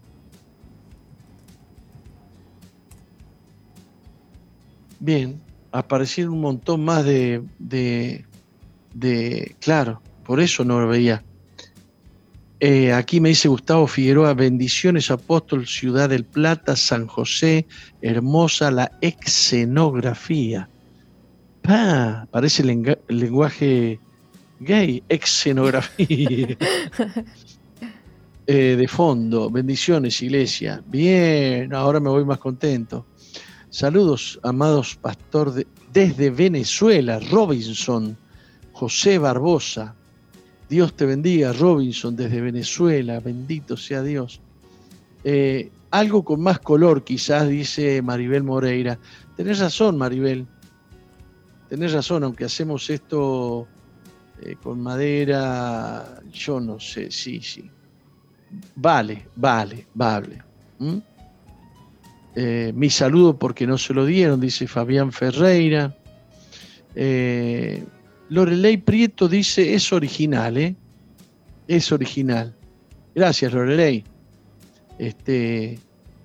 Bien, aparecieron un montón más de, de, de... Claro, por eso no lo veía. Eh, aquí me dice Gustavo Figueroa, bendiciones apóstol, Ciudad del Plata, San José, hermosa la escenografía. Pa, parece el lenga- lenguaje gay, escenografía. eh, de fondo, bendiciones iglesia. Bien, ahora me voy más contento. Saludos, amados pastor de, desde Venezuela, Robinson, José Barbosa. Dios te bendiga, Robinson, desde Venezuela, bendito sea Dios. Eh, algo con más color, quizás, dice Maribel Moreira. Tenés razón, Maribel. Tenés razón, aunque hacemos esto eh, con madera, yo no sé, sí, sí. Vale, vale, vale. ¿Mm? Eh, mi saludo porque no se lo dieron, dice Fabián Ferreira. Eh, Lorelei Prieto dice, es original, ¿eh? Es original. Gracias, Lorelei. Este,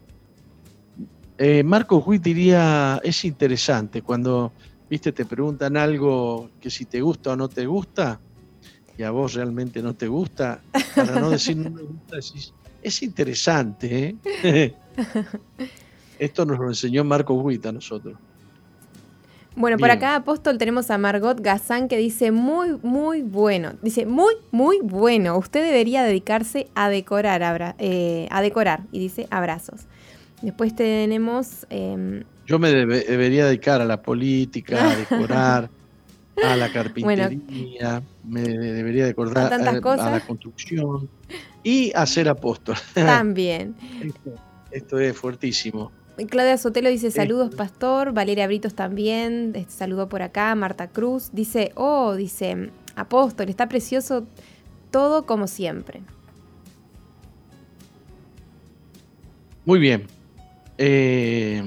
eh, Marco Witt diría, es interesante cuando, viste, te preguntan algo que si te gusta o no te gusta, y a vos realmente no te gusta, para no decir no me gusta, decís, es interesante, ¿eh? Esto nos lo enseñó Marco Witt a nosotros. Bueno, Bien. por acá, Apóstol, tenemos a Margot Gazán que dice muy, muy bueno. Dice, muy, muy bueno. Usted debería dedicarse a decorar, abra- eh, a decorar. Y dice, abrazos. Después tenemos... Eh, Yo me debe- debería dedicar a la política, a decorar, a la carpintería, me de- debería decorar a tantas a, cosas. a la construcción y a ser apóstol. También. esto, esto es fuertísimo. Claudia Sotelo dice, saludos, Esto. pastor. Valeria Britos también, este, saludó por acá. Marta Cruz dice, oh, dice, apóstol, está precioso todo como siempre. Muy bien. Eh,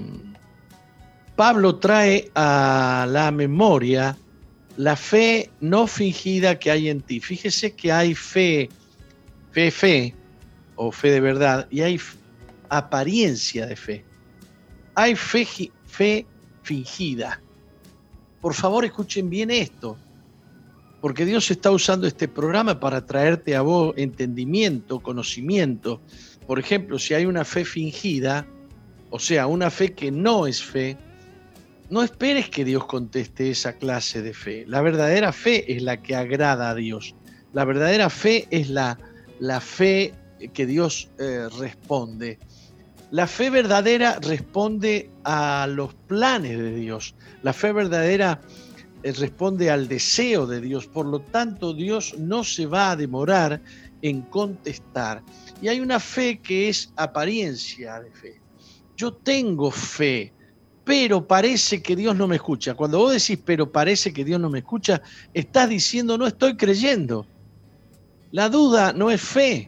Pablo trae a la memoria la fe no fingida que hay en ti. Fíjese que hay fe, fe, fe, o fe de verdad, y hay f- apariencia de fe. Hay fe, gi- fe fingida. Por favor, escuchen bien esto, porque Dios está usando este programa para traerte a vos entendimiento, conocimiento. Por ejemplo, si hay una fe fingida, o sea, una fe que no es fe, no esperes que Dios conteste esa clase de fe. La verdadera fe es la que agrada a Dios. La verdadera fe es la, la fe que Dios eh, responde. La fe verdadera responde a los planes de Dios. La fe verdadera eh, responde al deseo de Dios. Por lo tanto, Dios no se va a demorar en contestar. Y hay una fe que es apariencia de fe. Yo tengo fe, pero parece que Dios no me escucha. Cuando vos decís, pero parece que Dios no me escucha, estás diciendo, no estoy creyendo. La duda no es fe.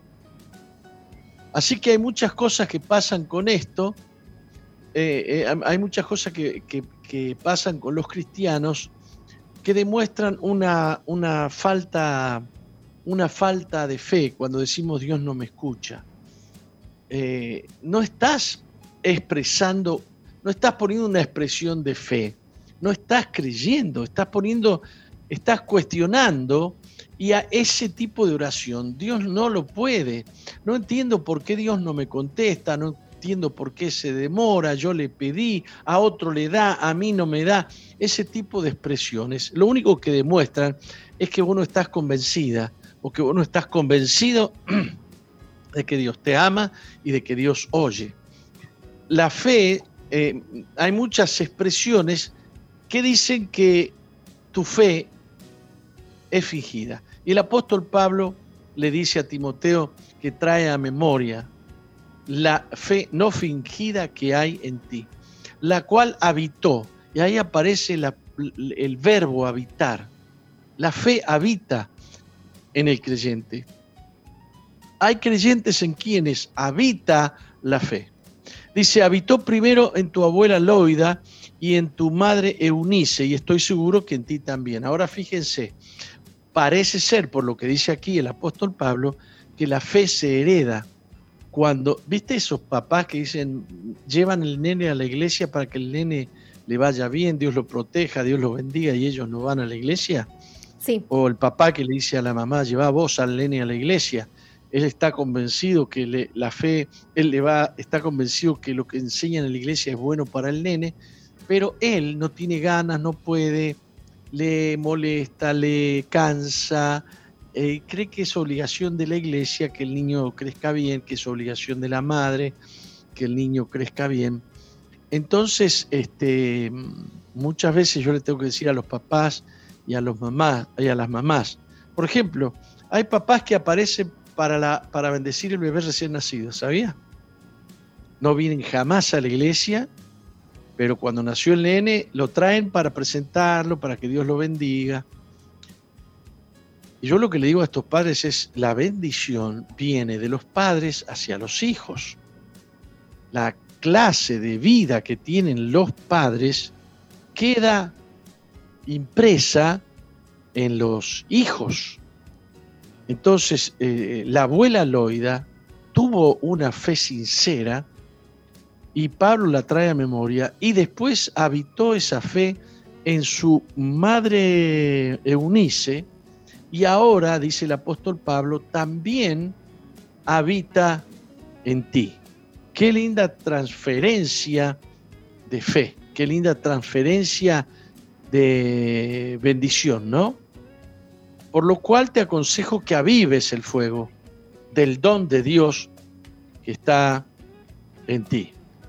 Así que hay muchas cosas que pasan con esto, eh, eh, hay muchas cosas que, que, que pasan con los cristianos que demuestran una, una, falta, una falta de fe cuando decimos Dios no me escucha. Eh, no estás expresando, no estás poniendo una expresión de fe, no estás creyendo, estás poniendo, estás cuestionando. Y a ese tipo de oración Dios no lo puede. No entiendo por qué Dios no me contesta, no entiendo por qué se demora, yo le pedí, a otro le da, a mí no me da. Ese tipo de expresiones, lo único que demuestran es que vos no estás convencida o que vos no estás convencido de que Dios te ama y de que Dios oye. La fe, eh, hay muchas expresiones que dicen que tu fe es fingida. Y el apóstol Pablo le dice a Timoteo que trae a memoria la fe no fingida que hay en ti, la cual habitó. Y ahí aparece la, el verbo habitar. La fe habita en el creyente. Hay creyentes en quienes habita la fe. Dice, habitó primero en tu abuela Loida y en tu madre Eunice, y estoy seguro que en ti también. Ahora fíjense, parece ser, por lo que dice aquí el apóstol Pablo, que la fe se hereda cuando, ¿viste esos papás que dicen, llevan el nene a la iglesia para que el nene le vaya bien, Dios lo proteja, Dios lo bendiga, y ellos no van a la iglesia? Sí. O el papá que le dice a la mamá, lleva vos al nene a la iglesia. Él está convencido que le, la fe, él le va, está convencido que lo que enseñan en la iglesia es bueno para el nene, pero él no tiene ganas, no puede, le molesta, le cansa, eh, cree que es obligación de la iglesia que el niño crezca bien, que es obligación de la madre que el niño crezca bien. Entonces, este, muchas veces yo le tengo que decir a los papás y a los mamás, y a las mamás, por ejemplo, hay papás que aparecen para, la, para bendecir el bebé recién nacido, ¿sabía? No vienen jamás a la iglesia, pero cuando nació el nene lo traen para presentarlo, para que Dios lo bendiga. Y yo lo que le digo a estos padres es, la bendición viene de los padres hacia los hijos. La clase de vida que tienen los padres queda impresa en los hijos. Entonces, eh, la abuela Loida tuvo una fe sincera y Pablo la trae a memoria y después habitó esa fe en su madre Eunice y ahora, dice el apóstol Pablo, también habita en ti. Qué linda transferencia de fe, qué linda transferencia de bendición, ¿no? Por lo cual te aconsejo que avives el fuego del don de Dios que está en ti.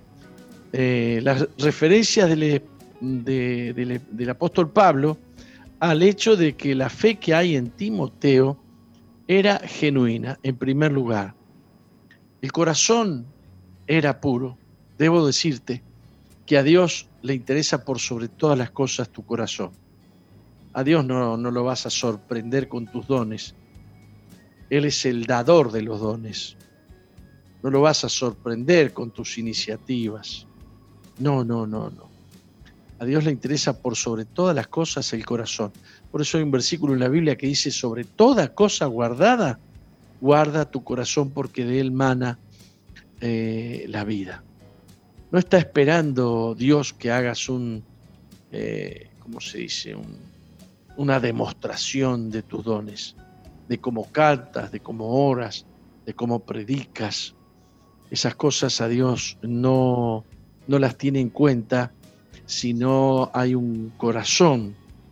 Eh, las referencias del, de, de, del apóstol Pablo al hecho de que la fe que hay en Timoteo era genuina, en primer lugar. El corazón era puro. Debo decirte que a Dios le interesa por sobre todas las cosas tu corazón. A Dios no, no lo vas a sorprender con tus dones. Él es el dador de los dones. No lo vas a sorprender con tus iniciativas. No, no, no, no. A Dios le interesa por sobre todas las cosas el corazón. Por eso hay un versículo en la Biblia que dice, sobre toda cosa guardada, guarda tu corazón porque de él mana eh, la vida. No está esperando Dios que hagas un, eh, ¿cómo se dice? Un, una demostración de tus dones, de cómo cantas, de cómo oras, de cómo predicas. Esas cosas a Dios no, no las tiene en cuenta si no hay un corazón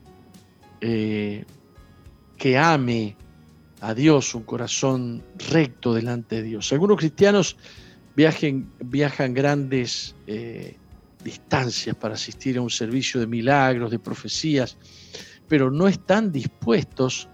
eh, que ame a Dios, un corazón recto delante de Dios. Algunos cristianos viajen, viajan grandes eh, distancias para asistir a un servicio de milagros, de profecías, pero no están dispuestos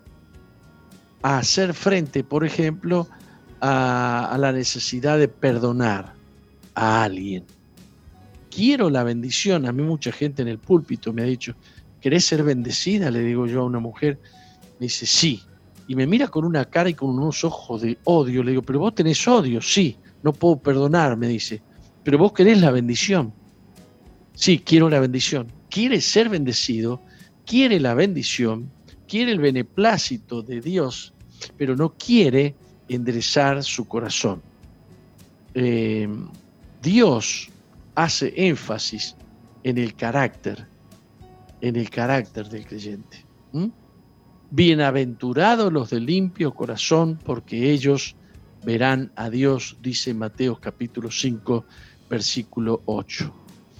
a hacer frente, por ejemplo, a, a la necesidad de perdonar a alguien. Quiero la bendición. A mí mucha gente en el púlpito me ha dicho, ¿querés ser bendecida? Le digo yo a una mujer. Me dice, sí. Y me mira con una cara y con unos ojos de odio. Le digo, pero vos tenés odio. Sí, no puedo perdonar, me dice. Pero vos querés la bendición. Sí, quiero la bendición. Quiere ser bendecido, quiere la bendición, quiere el beneplácito de Dios, pero no quiere enderezar su corazón. Eh, Dios hace énfasis en el carácter, en el carácter del creyente. ¿Mm? Bienaventurados los de limpio corazón, porque ellos verán a Dios, dice Mateo capítulo cinco, versículo ocho.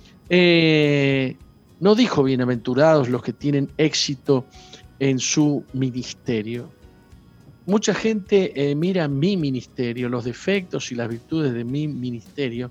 Eh, no dijo bienaventurados los que tienen éxito en su ministerio. Mucha gente eh, mira mi ministerio, los defectos y las virtudes de mi ministerio,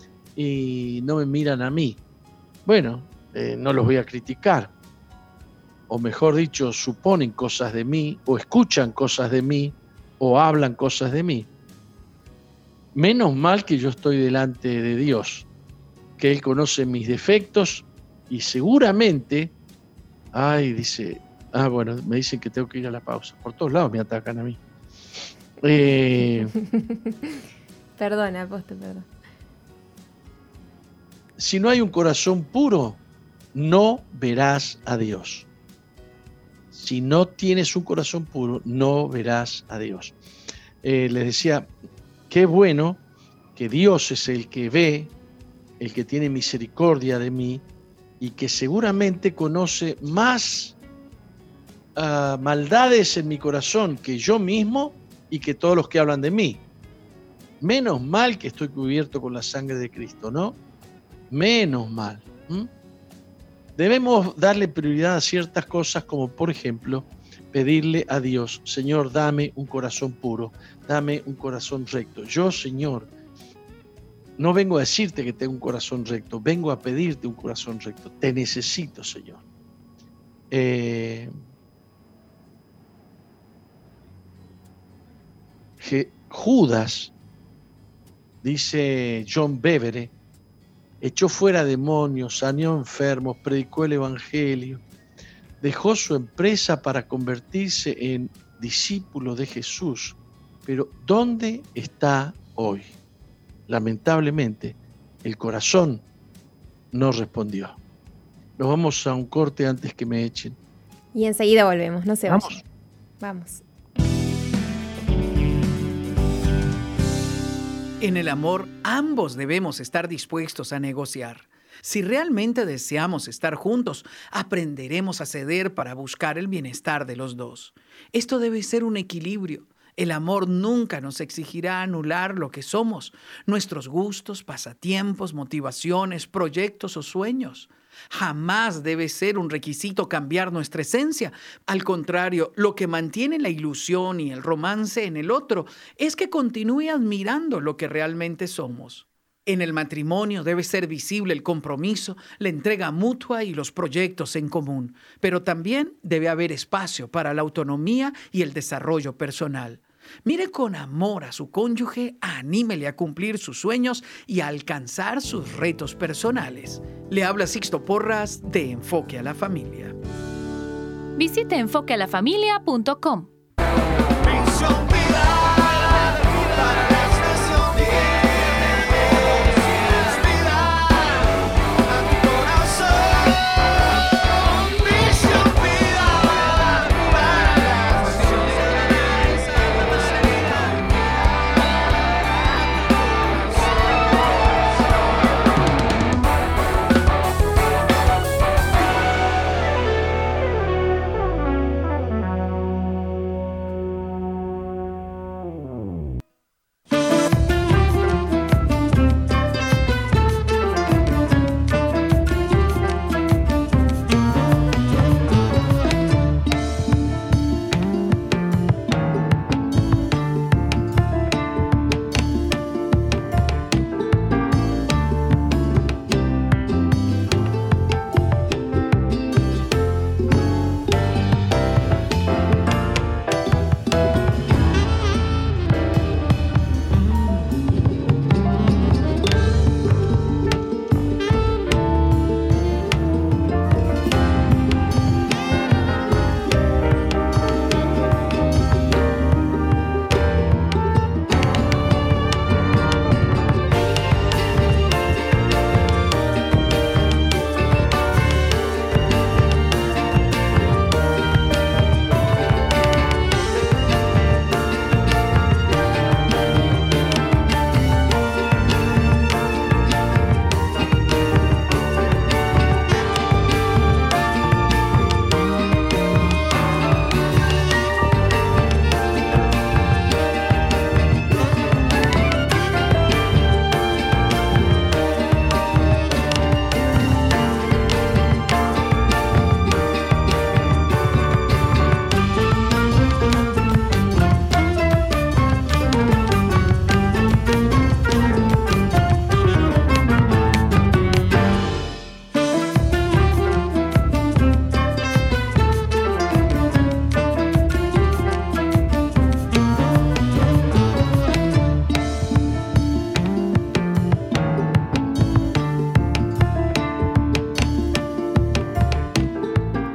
y no me miran a mí. Bueno, eh, no los voy a criticar. O mejor dicho, suponen cosas de mí, o escuchan cosas de mí, o hablan cosas de mí. Menos mal que yo estoy delante de Dios, que Él conoce mis defectos y seguramente, ay, dice, ah, bueno, me dicen que tengo que ir a la pausa. Por todos lados me atacan a mí. Eh, Perdona, apóstol, perdón. Si no hay un corazón puro, no verás a Dios. Si no tienes un corazón puro, no verás a Dios. Eh, les decía, qué bueno que Dios es el que ve, el que tiene misericordia de mí y que seguramente conoce más uh, maldades en mi corazón que yo mismo y que todos los que hablan de mí. Menos mal que estoy cubierto con la sangre de Cristo, ¿no? Menos mal. ¿Mm? Debemos darle prioridad a ciertas cosas, como por ejemplo pedirle a Dios, Señor, dame un corazón puro, dame un corazón recto. Yo, Señor, no vengo a decirte que tengo un corazón recto, vengo a pedirte un corazón recto. Te necesito, Señor. Eh, Judas, dice John Bevere, echó fuera demonios, sanó enfermos, predicó el evangelio, dejó su empresa para convertirse en discípulo de Jesús. Pero ¿dónde está hoy? Lamentablemente, el corazón no respondió. Nos vamos a un corte antes que me echen. Y enseguida volvemos, no se Vamos. vayan. Vamos. En el amor, ambos debemos estar dispuestos a negociar. Si realmente deseamos estar juntos, aprenderemos a ceder para buscar el bienestar de los dos. Esto debe ser un equilibrio. El amor nunca nos exigirá anular lo que somos, nuestros gustos, pasatiempos, motivaciones, proyectos o sueños. Jamás debe ser un requisito cambiar nuestra esencia. Al contrario, lo que mantiene la ilusión y el romance en el otro es que continúe admirando lo que realmente somos. En el matrimonio debe ser visible el compromiso, la entrega mutua y los proyectos en común, pero también debe haber espacio para la autonomía y el desarrollo personal. Mire con amor a su cónyuge, anímele a cumplir sus sueños y a alcanzar sus retos personales. Le habla Sixto Porras de Enfoque a la Familia. Visite enfoque a la familia punto com.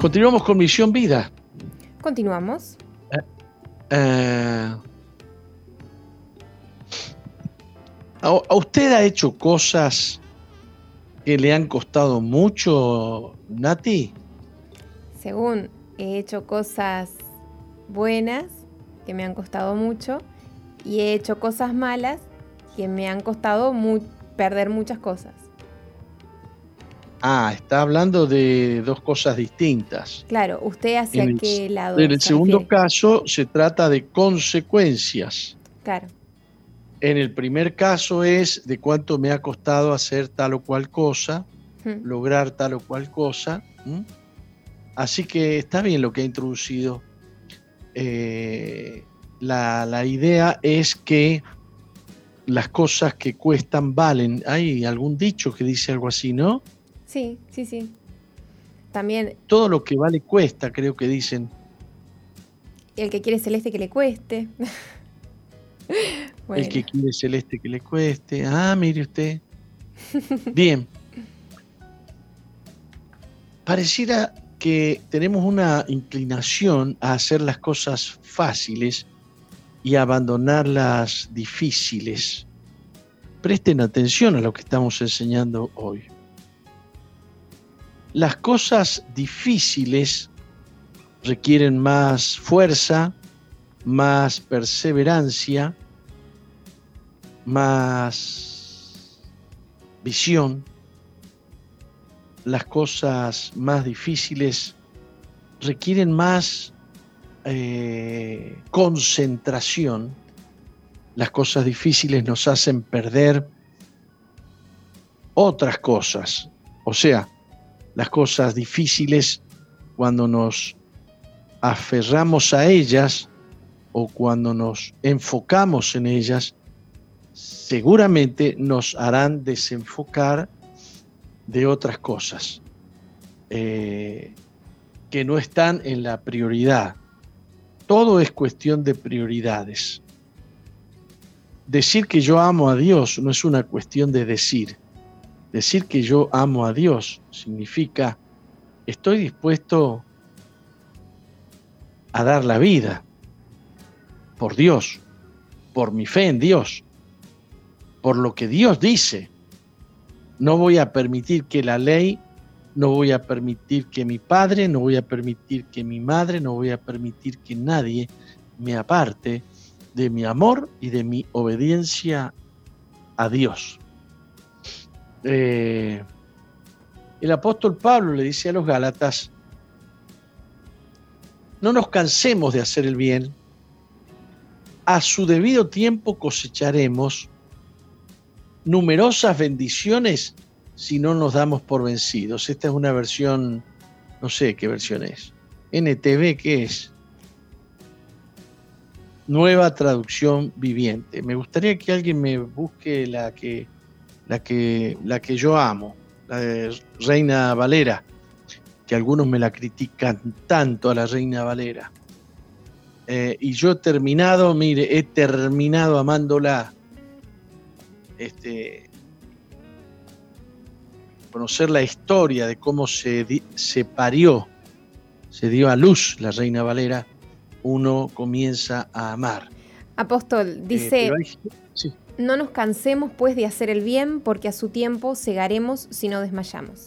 Continuamos con Misión Vida. Continuamos. Eh, ¿a, ¿A usted ha hecho cosas que le han costado mucho, Nati? Según he hecho cosas buenas que me han costado mucho y he hecho cosas malas que me han costado mu- perder muchas cosas. Ah, está hablando de dos cosas distintas. Claro, ¿usted hacia En el, qué lado en el se segundo refiere? caso se trata de consecuencias. Claro, En el primer caso es de cuánto me ha costado hacer tal o cual cosa, hmm, lograr tal o cual cosa. ¿m? Así que está bien lo que ha introducido. Eh, la, la idea es que las cosas que cuestan valen. Hay algún dicho que dice algo así, ¿no? sí, sí, sí. También Todo lo que vale cuesta, creo que dicen. el que quiere celeste que le cueste. Bueno, El que quiere celeste que le cueste. Ah, mire usted. Bien. Pareciera que tenemos una inclinación a hacer las cosas fáciles y abandonar las difíciles. Presten atención a lo que estamos enseñando hoy. Las cosas difíciles requieren más fuerza, más perseverancia, más visión. Las cosas más difíciles requieren más eh, concentración. Las cosas difíciles nos hacen perder otras cosas. O sea, las cosas difíciles, cuando nos aferramos a ellas o cuando nos enfocamos en ellas, seguramente nos harán desenfocar de otras cosas eh, que no están en la prioridad. Todo es cuestión de prioridades. Decir que yo amo a Dios no es una cuestión de decir. Decir que yo amo a Dios significa estoy dispuesto a dar la vida por Dios, por mi fe en Dios, por lo que Dios dice. No voy a permitir que la ley, no voy a permitir que mi padre, no voy a permitir que mi madre, no voy a permitir que nadie me aparte de mi amor y de mi obediencia a Dios. Eh, el apóstol Pablo le dice a los Gálatas, no nos cansemos de hacer el bien, a su debido tiempo cosecharemos numerosas bendiciones si no nos damos por vencidos. Esta es una versión, no sé qué versión es. N T V, ¿qué es? Nueva Traducción Viviente. Me gustaría que alguien me busque la que, la que, la que yo amo, la de Reina Valera, que algunos me la critican tanto a la Reina Valera. Eh, y yo he terminado, mire, he terminado amándola. Este, conocer la historia de cómo se, di, se parió, se dio a luz la Reina Valera, uno comienza a amar. Apóstol, dice, Eh, pero hay- sí. no nos cansemos pues de hacer el bien, porque a su tiempo segaremos si no desmayamos.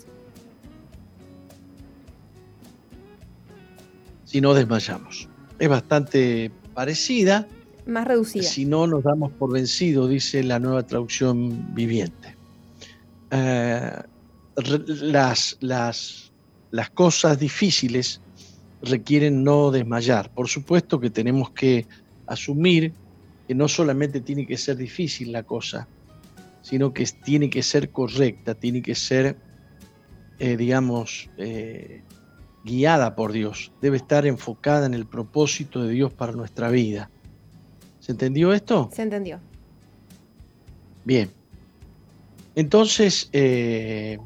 Si no desmayamos. Es bastante parecida. Más reducida. Si no nos damos por vencido, dice la Nueva Traducción Viviente. Eh, re- las, las, las cosas difíciles requieren no desmayar. Por supuesto que tenemos que asumir que no solamente tiene que ser difícil la cosa, sino que tiene que ser correcta, tiene que ser, eh, digamos, eh, guiada por Dios. Debe estar enfocada en el propósito de Dios para nuestra vida. ¿Se entendió esto? Se entendió. Bien. Entonces, eh,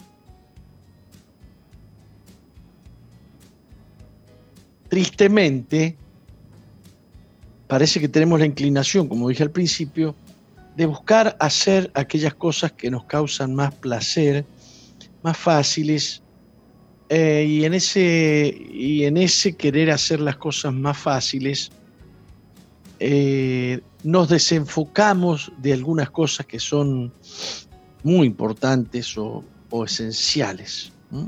tristemente, parece que tenemos la inclinación, como dije al principio, de buscar hacer aquellas cosas que nos causan más placer, más fáciles, Eh, y, en ese, y en ese querer hacer las cosas más fáciles, eh, nos desenfocamos de algunas cosas que son muy importantes o, o esenciales. ¿Mm?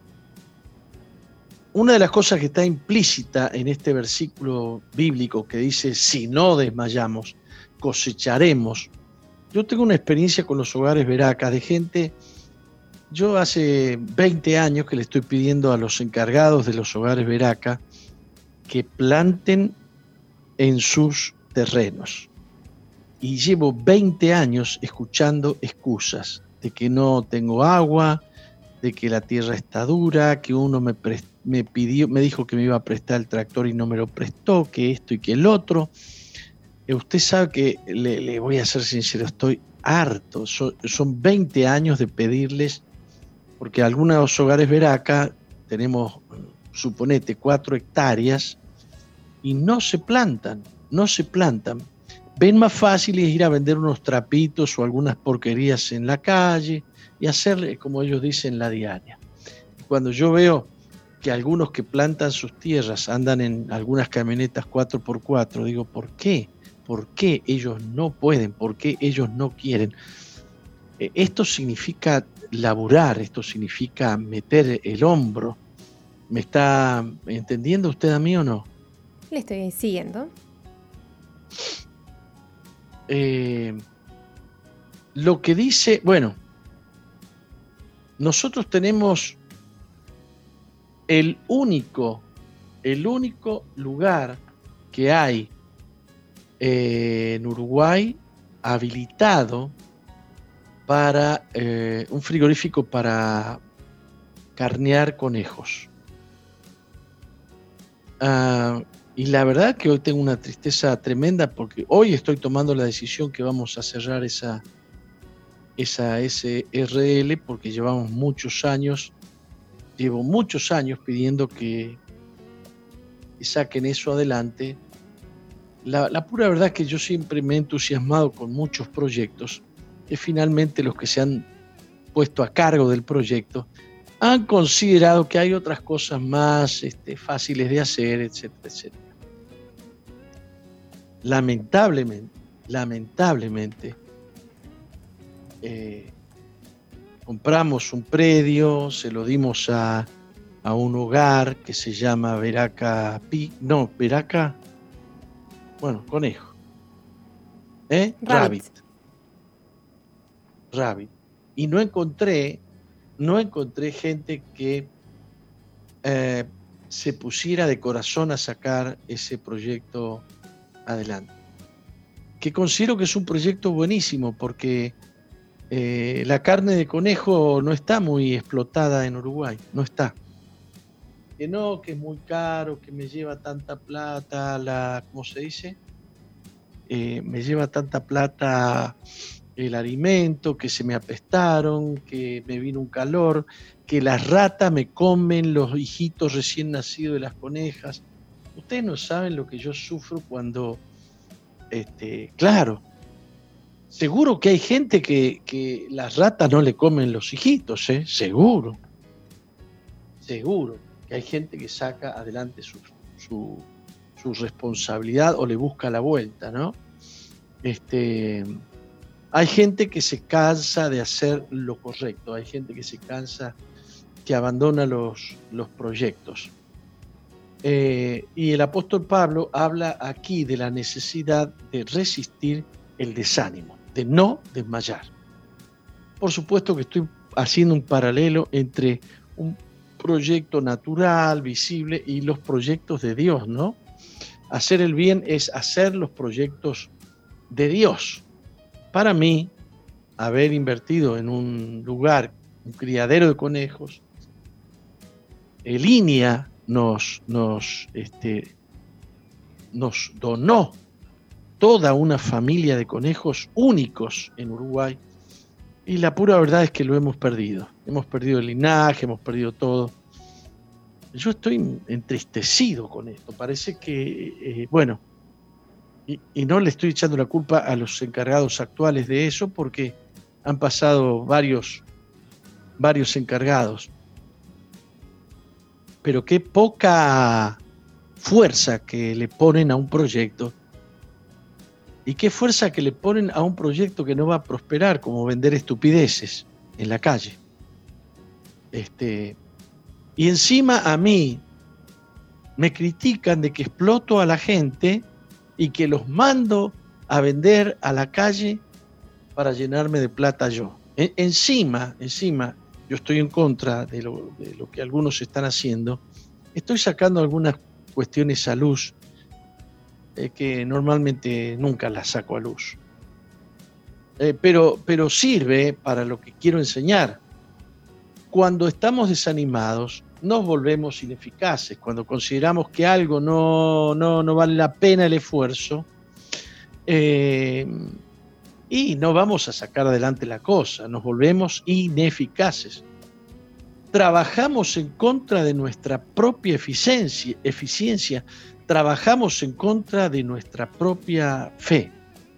Una de las cosas que está implícita en este versículo bíblico que dice, si no desmayamos, cosecharemos. Yo tengo una experiencia con los hogares Veracas de gente. Yo hace veinte años que le estoy pidiendo a los encargados de los hogares Veraca que planten en sus terrenos. Y llevo veinte años escuchando excusas de que no tengo agua, de que la tierra está dura, que uno me, me pidió, me dijo que me iba a prestar el tractor y no me lo prestó, que esto y que el otro. Usted sabe que, le, le voy a ser sincero, estoy harto. Son, son veinte años de pedirles, porque algunos hogares Veraca tenemos, suponete, cuatro hectáreas y no se plantan, no se plantan. Ven más fácil es ir a vender unos trapitos o algunas porquerías en la calle y hacerle, como ellos dicen, la diaria. Cuando yo veo que algunos que plantan sus tierras andan en algunas camionetas cuatro por cuatro, digo, ¿por qué? ¿Por qué ellos no pueden? ¿Por qué ellos no quieren? Esto significa laburar, esto significa meter el hombro. ¿Me está entendiendo usted a mí o no? Le estoy siguiendo. Eh, lo que dice, bueno, nosotros tenemos el único, el único lugar que hay eh, en Uruguay habilitado para eh, un frigorífico para carnear conejos. Uh, y la verdad que hoy tengo una tristeza tremenda porque hoy estoy tomando la decisión que vamos a cerrar esa, esa S R L porque llevamos muchos años, llevo muchos años pidiendo que, que saquen eso adelante. La, la pura verdad es que yo siempre me he entusiasmado con muchos proyectos que finalmente los que se han puesto a cargo del proyecto han considerado que hay otras cosas más este, fáciles de hacer, etcétera, etcétera. Lamentablemente, lamentablemente, eh, compramos un predio, se lo dimos a, a un hogar que se llama Veraca Pi, no, Veraca, bueno, conejo, ¿eh? Rabbit. Rabbit. Rabbit. Y no encontré, no encontré gente que eh, se pusiera de corazón a sacar ese proyecto adelante. Que considero que es un proyecto buenísimo porque eh, la carne de conejo no está muy explotada en Uruguay, no está. Que no, que es muy caro, que me lleva tanta plata, la, ¿cómo se dice? Eh, me lleva tanta plata el alimento, que se me apestaron, que me vino un calor, que las ratas me comen los hijitos recién nacidos de las conejas. Ustedes no saben lo que yo sufro cuando, este, claro, seguro que hay gente que, que las ratas no le comen los hijitos, ¿eh? Seguro, seguro que hay gente que saca adelante su, su, su responsabilidad o le busca la vuelta, ¿no? Este... Hay gente que se cansa de hacer lo correcto, hay gente que se cansa, que abandona los, los proyectos. Eh, y el apóstol Pablo habla aquí de la necesidad de resistir el desánimo, de no desmayar. Por supuesto que estoy haciendo un paralelo entre un proyecto natural, visible, y los proyectos de Dios, ¿no? Hacer el bien es hacer los proyectos de Dios. Para mí, haber invertido en un lugar, un criadero de conejos, el I N I A nos, nos, este, nos donó toda una familia de conejos únicos en Uruguay y la pura verdad es que lo hemos perdido. Hemos perdido el linaje, hemos perdido todo. Yo estoy entristecido con esto. Parece que, eh, bueno... Y, y no le estoy echando la culpa a los encargados actuales de eso porque han pasado varios, varios encargados. pero qué poca fuerza que le ponen a un proyecto. Y qué fuerza que le ponen a un proyecto que no va a prosperar, como vender estupideces en la calle. Este, y encima a mí me critican de que exploto a la gente y que los mando a vender a la calle para llenarme de plata yo. En, encima, encima, yo estoy en contra de lo, de lo que algunos están haciendo. Estoy sacando algunas cuestiones a luz eh, que normalmente nunca las saco a luz. Eh, pero, pero sirve para lo que quiero enseñar. Cuando estamos desanimados, nos volvemos ineficaces. Cuando consideramos que algo no, no, no vale la pena el esfuerzo, eh, y no vamos a sacar adelante la cosa, nos volvemos ineficaces. Trabajamos en contra de nuestra propia eficiencia, eficiencia, trabajamos en contra de nuestra propia fe.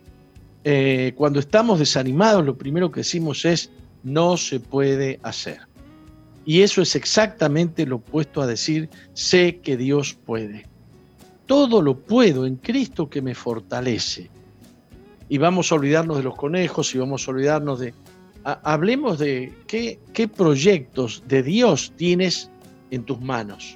Eh, cuando estamos desanimados, lo primero que decimos es, no se puede hacer. Y eso es exactamente lo opuesto a decir, sé que Dios puede. Todo lo puedo en Cristo que me fortalece. Y vamos a olvidarnos de los conejos y vamos a olvidarnos de... A, hablemos de qué, qué proyectos de Dios tienes en tus manos.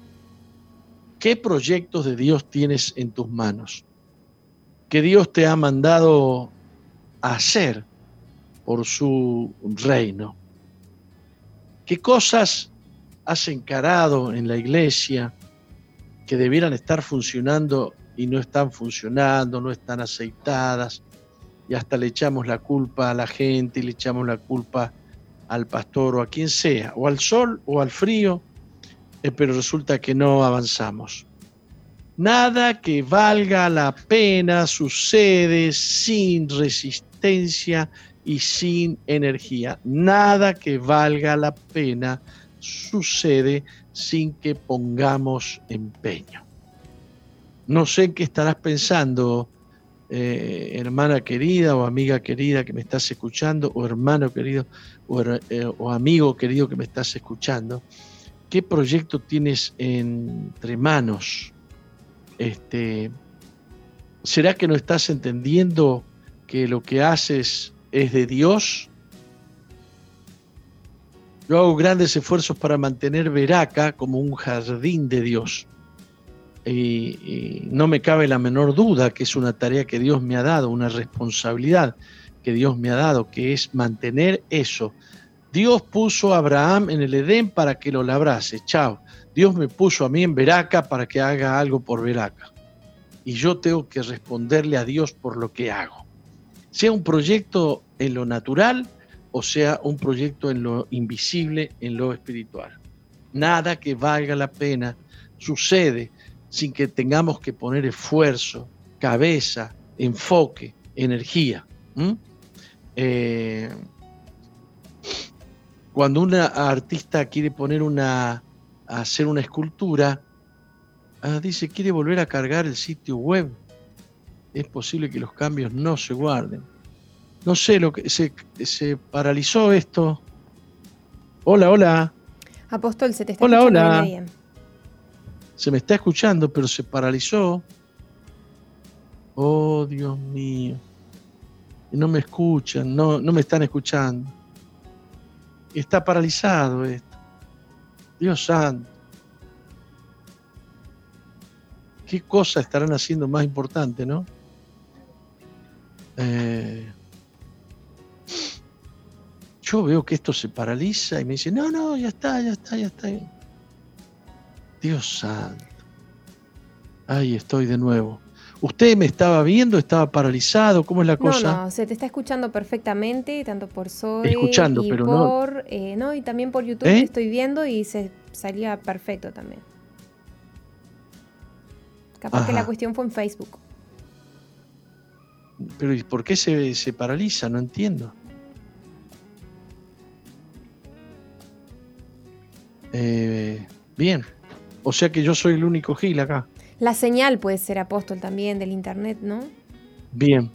¿Qué proyectos de Dios tienes en tus manos? Que Dios te ha mandado a hacer por su reino. ¿Qué cosas has encarado en la iglesia que debieran estar funcionando y no están funcionando, no están aceitadas? Y hasta le echamos la culpa a la gente, y le echamos la culpa al pastor o a quien sea, o al sol o al frío, eh, pero resulta que no avanzamos. Nada que valga la pena sucede sin resistencia y sin energía. Nada que valga la pena sucede sin que pongamos empeño. No sé en qué estarás pensando, eh, hermana querida o amiga querida que me estás escuchando, o hermano querido o, eh, o amigo querido que me estás escuchando. ¿Qué proyecto tienes entre manos? Este, ¿será que no estás entendiendo que lo que haces es de Dios? Yo hago grandes esfuerzos para mantener Veraca como un jardín de Dios. Y, y no me cabe la menor duda que es una tarea que Dios me ha dado, una responsabilidad que Dios me ha dado, que es mantener eso. Dios puso a Abraham en el Edén para que lo labrase. Chao. Dios me puso a mí en Veraca para que haga algo por Veraca. Y yo tengo que responderle a Dios por lo que hago. Sea un proyecto en lo natural o sea un proyecto en lo invisible, en lo espiritual. Nada que valga la pena sucede sin que tengamos que poner esfuerzo, cabeza, enfoque, energía. ¿Mm? Eh, cuando una artista quiere poner una, hacer una escultura, ah, dice quiere volver a cargar el sitio web. Es posible que los cambios no se guarden. No sé, lo que se, se paralizó esto. Hola, hola. Apóstol, se te está hola, escuchando hola. bien. Se me está escuchando, pero se paralizó. Oh, Dios mío. Y no me escuchan, no, no me están escuchando. Está paralizado esto. Dios santo. ¿Qué cosa estarán haciendo más importante, no? Eh, yo veo que esto se paraliza y me dice, no, no, ya está, ya está, ya está. Dios santo. Ahí estoy de nuevo. ¿Usted me estaba viendo? ¿Estaba paralizado? ¿Cómo es la cosa? No, no, se te está escuchando perfectamente, tanto por Zoe Escuchando, y pero por, no. Eh, no, y también por YouTube ¿Eh? te estoy viendo y se salía perfecto también. Capaz Ajá. que la cuestión fue en Facebook. Pero ¿y por qué se, se paraliza? No entiendo. Eh, bien. O sea que yo soy el único Gil acá. La señal puede ser, Apóstol, también del internet, ¿no? Bien.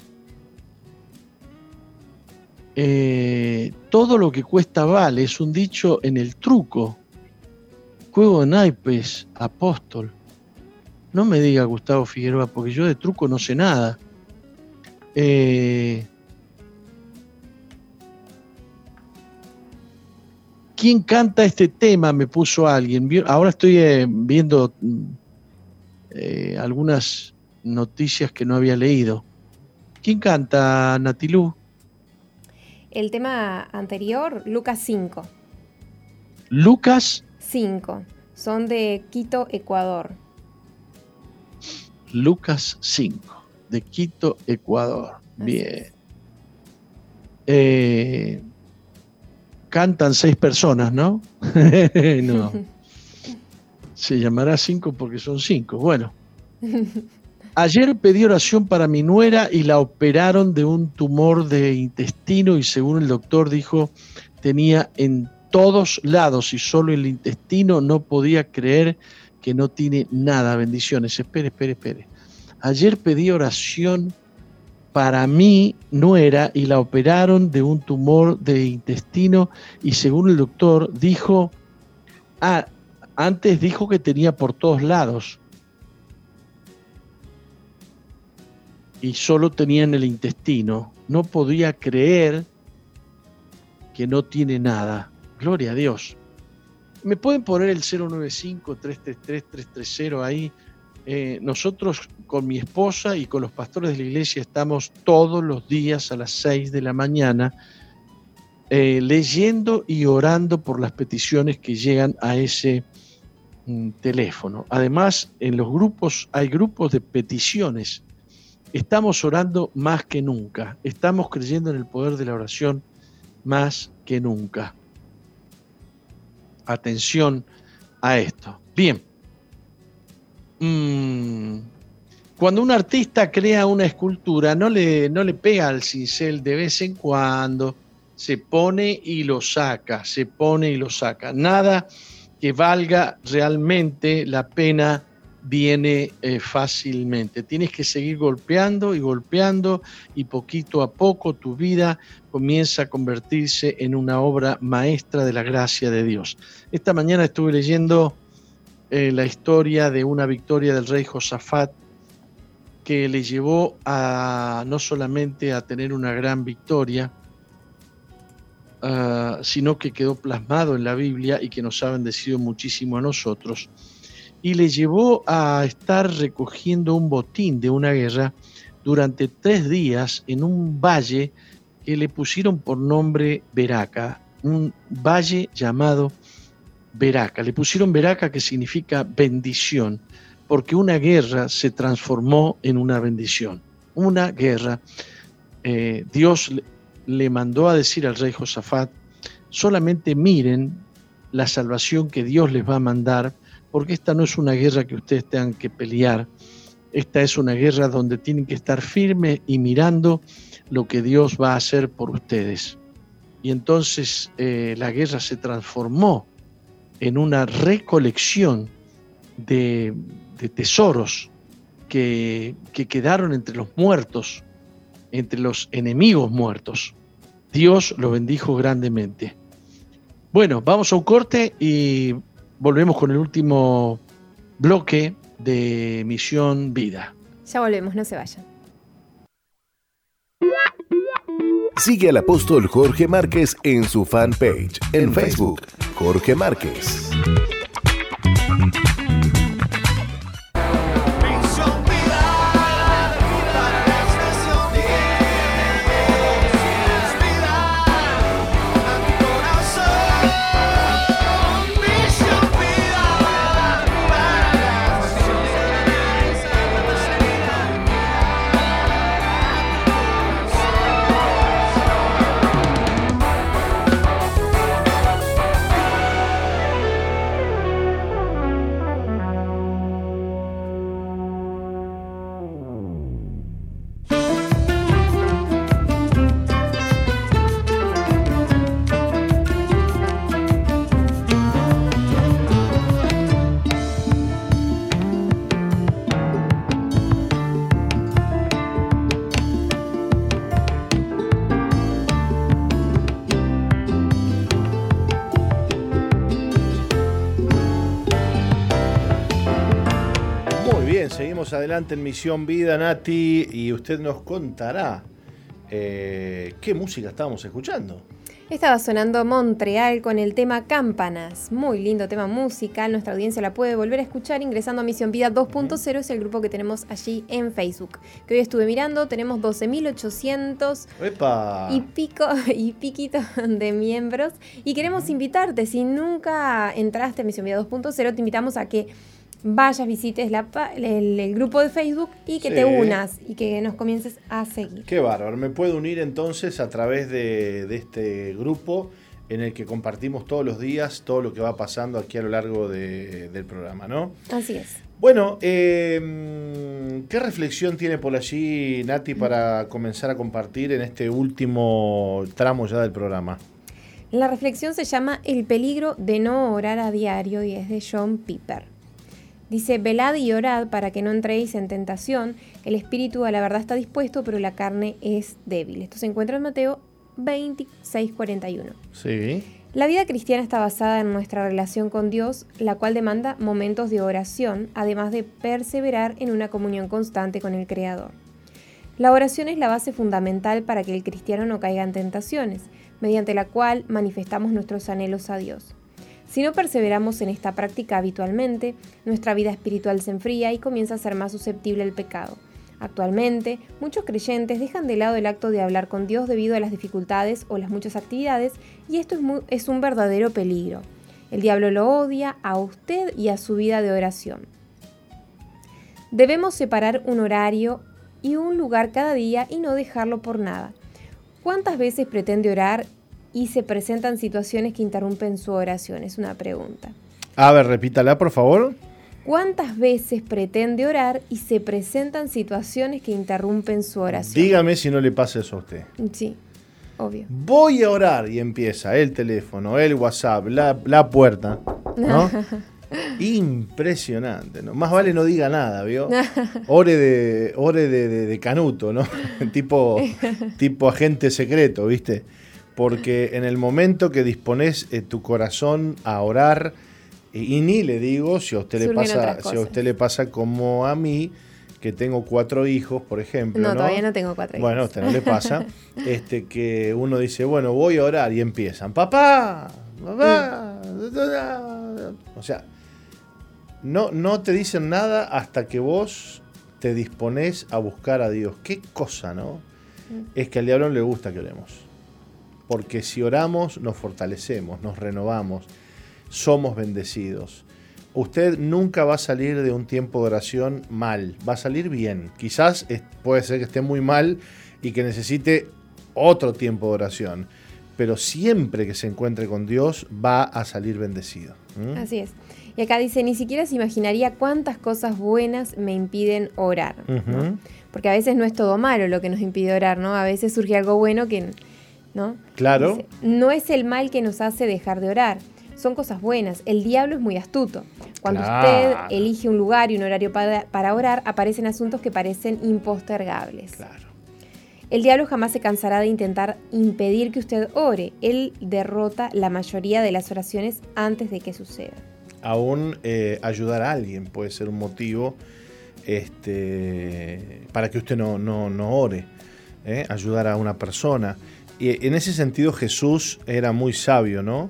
Eh, todo lo que cuesta vale es un dicho en el truco. juego de naipes, Apóstol. No me diga Gustavo Figueroa, porque yo de truco no sé nada. Eh, ¿Quién canta este tema? Me puso alguien. Ahora estoy eh, viendo eh, algunas noticias que no había leído. ¿Quién canta, Natilú? El tema anterior, Lucas cinco. ¿Lucas? cinco. Son de Quito, Ecuador. Lucas cinco, de Quito, Ecuador. Bien. Eh, cantan seis personas, ¿no? No. Se llamará cinco porque son cinco. Bueno. Ayer pedí oración para mi nuera y la operaron de un tumor de intestino y según el doctor dijo, tenía en todos lados y solo el intestino. No podía creer que no tiene nada. Bendiciones. Espere, espere, espere. Ayer pedí oración para mi nuera y la operaron de un tumor de intestino y según el doctor dijo, ah, antes dijo que tenía por todos lados y solo tenía en el intestino. No podía creer que no tiene nada. Gloria a Dios. ¿Me pueden poner el cero nueve cinco, tres tres tres, tres tres cero ahí? Eh, nosotros con mi esposa y con los pastores de la iglesia estamos todos los días a las seis de la mañana eh, leyendo y orando por las peticiones que llegan a ese mm, teléfono. Además, en los grupos hay grupos de peticiones. Estamos orando más que nunca. Estamos creyendo en el poder de la oración más que nunca. Atención a esto. Bien. Mm. Cuando un artista crea una escultura, no le, no le pega al cincel de vez en cuando, se pone y lo saca, se pone y lo saca. Nada que valga realmente la pena viene eh, fácilmente. Tienes que seguir golpeando y golpeando y poquito a poco tu vida comienza a convertirse en una obra maestra de la gracia de Dios. Esta mañana estuve leyendo eh, la historia de una victoria del rey Josafat que le llevó a no solamente a tener una gran victoria, uh, sino que quedó plasmado en la Biblia y que nos ha bendecido muchísimo a nosotros. Y le llevó a estar recogiendo un botín de una guerra durante tres días en un valle que le pusieron por nombre Beraca, un valle llamado Beraca. Le pusieron Beraca, que significa bendición, porque una guerra se transformó en una bendición. Una guerra. Eh, Dios le, le mandó a decir al rey Josafat, solamente miren la salvación que Dios les va a mandar, porque esta no es una guerra que ustedes tengan que pelear. Esta es una guerra donde tienen que estar firmes y mirando lo que Dios va a hacer por ustedes. Y entonces eh, la guerra se transformó en una recolección de, de tesoros que, que quedaron entre los muertos, entre los enemigos muertos. Dios lo bendijo grandemente. Bueno, vamos a un corte y volvemos con el último bloque de Misión Vida. Ya volvemos, no se vayan. Sigue al apóstol Jorge Márquez en su fanpage en Facebook, Jorge Márquez. seguimos adelante en Misión Vida, Nati, y usted nos contará eh, qué música estábamos escuchando. Estaba sonando Montreal con el tema Campanas, muy lindo tema musical, nuestra audiencia la puede volver a escuchar ingresando a Misión Vida dos punto cero, es el grupo que tenemos allí en Facebook, que hoy estuve mirando, tenemos doce mil ochocientos ¡Epa! y pico y piquito de miembros, y queremos invitarte, si nunca entraste a Misión Vida dos punto cero, te invitamos a que vayas, visites la, el, el grupo de Facebook y que sí. te unas y que nos comiences a seguir. Qué bárbaro, me puedo unir entonces a través de, de este grupo en el que compartimos todos los días todo lo que va pasando aquí a lo largo de, del programa, ¿no? Así es. Bueno, eh, ¿qué reflexión tiene por allí, Nati, para comenzar a compartir en este último tramo ya del programa? La reflexión se llama El peligro de no orar a diario y es de John Piper. Dice, velad y orad para que no entréis en tentación, el espíritu a la verdad está dispuesto, pero la carne es débil. Esto se encuentra en Mateo veintiséis cuarenta y uno. Sí. La vida cristiana está basada en nuestra relación con Dios, la cual demanda momentos de oración, además de perseverar en una comunión constante con el Creador. La oración es la base fundamental para que el cristiano no caiga en tentaciones, mediante la cual manifestamos nuestros anhelos a Dios. Si no perseveramos en esta práctica habitualmente, nuestra vida espiritual se enfría y comienza a ser más susceptible al pecado. Actualmente, muchos creyentes dejan de lado el acto de hablar con Dios debido a las dificultades o las muchas actividades, y esto es, muy, es un verdadero peligro. El diablo lo odia a usted y a su vida de oración. Debemos separar un horario y un lugar cada día y no dejarlo por nada. ¿Cuántas veces pretende orar y se presentan situaciones que interrumpen su oración? Es una pregunta. A ver, repítala, por favor. ¿Cuántas veces pretende orar y se presentan situaciones que interrumpen su oración? Dígame si no le pasa eso a usted. Sí, obvio. Voy a orar y empieza el teléfono, el WhatsApp, la, la puerta, ¿no? Impresionante, ¿no? Más vale no diga nada, ¿vio? Ore de, ore de, de, de canuto, ¿no? tipo, tipo agente secreto, ¿viste? Porque en el momento que dispones eh, tu corazón a orar, eh, y ni le digo si a usted le pasa, si a usted le pasa como a mí, que tengo cuatro hijos, por ejemplo. No, ¿no? todavía no tengo cuatro hijos. Bueno, a usted no le pasa, este, que uno dice, bueno, voy a orar y empiezan, papá, papá, mm. o sea, no, no te dicen nada hasta que vos te disponés a buscar a Dios. Qué cosa, ¿no? Mm. Es que al diablo no le gusta que oremos. Porque si oramos, nos fortalecemos, nos renovamos, somos bendecidos. Usted nunca va a salir de un tiempo de oración mal, va a salir bien. Quizás puede ser que esté muy mal y que necesite otro tiempo de oración, pero siempre que se encuentre con Dios va a salir bendecido. ¿Mm? Así es. Y acá dice, ni siquiera se imaginaría cuántas cosas buenas me impiden orar, ¿no? Uh-huh. Porque a veces no es todo malo lo que nos impide orar, ¿no? A veces surge algo bueno que... ¿no? Claro. Dice, no es el mal que nos hace dejar de orar, son cosas buenas. El diablo es muy astuto. Cuando claro. usted elige un lugar y un horario para, para orar, aparecen asuntos que parecen impostergables. Claro. El diablo jamás se cansará de intentar impedir que usted ore. Él derrota la mayoría de las oraciones antes de que suceda. Aún eh, ayudar a alguien puede ser un motivo este, para que usted no, no, no ore. ¿eh? Ayudar a una persona. Y en ese sentido Jesús era muy sabio, ¿no?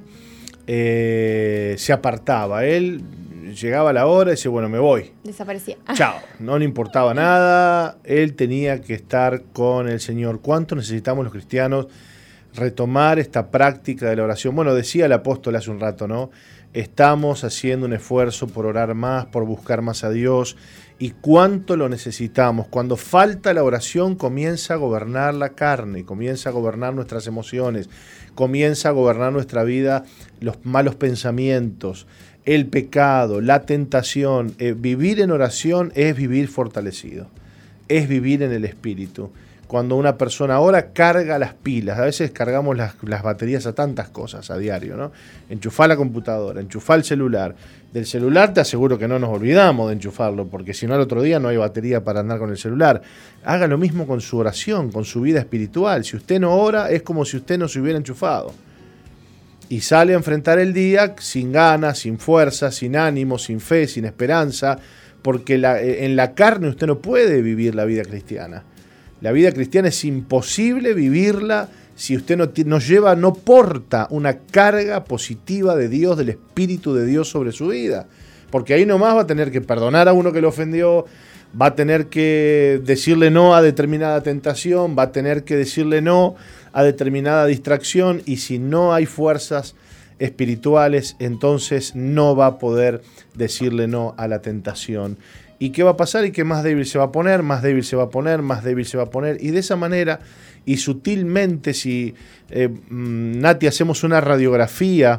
Eh, se apartaba. Él llegaba la hora y decía, bueno, me voy. Desaparecía. Chao. No le importaba nada. Él tenía que estar con el Señor. ¿Cuánto necesitamos los cristianos retomar esta práctica de la oración? Bueno, decía el apóstol hace un rato, ¿no? Estamos haciendo un esfuerzo por orar más, por buscar más a Dios. ¿Y cuánto lo necesitamos? Cuando falta la oración comienza a gobernar la carne, comienza a gobernar nuestras emociones, comienza a gobernar nuestra vida los malos pensamientos, el pecado, la tentación. Eh, vivir en oración es vivir fortalecido, es vivir en el Espíritu. Cuando una persona ora, carga las pilas. A veces cargamos las, las baterías a tantas cosas a diario, ¿no? Enchufar la computadora, enchufar el celular. Del celular te aseguro que no nos olvidamos de enchufarlo, porque si no al otro día no hay batería para andar con el celular. Haga lo mismo con su oración, con su vida espiritual. Si usted no ora, es como si usted no se hubiera enchufado. Y sale a enfrentar el día sin ganas, sin fuerza, sin ánimo, sin fe, sin esperanza, porque la, en la carne usted no puede vivir la vida cristiana. La vida cristiana es imposible vivirla si usted no, no lleva, no porta una carga positiva de Dios, del Espíritu de Dios sobre su vida. Porque ahí nomás va a tener que perdonar a uno que le ofendió, va a tener que decirle no a determinada tentación, va a tener que decirle no a determinada distracción, y si no hay fuerzas espirituales, entonces no va a poder decirle no a la tentación. ¿Y qué va a pasar? Y que más débil se va a poner, más débil se va a poner, más débil se va a poner. Y de esa manera, y sutilmente, si eh, Nati, hacemos una radiografía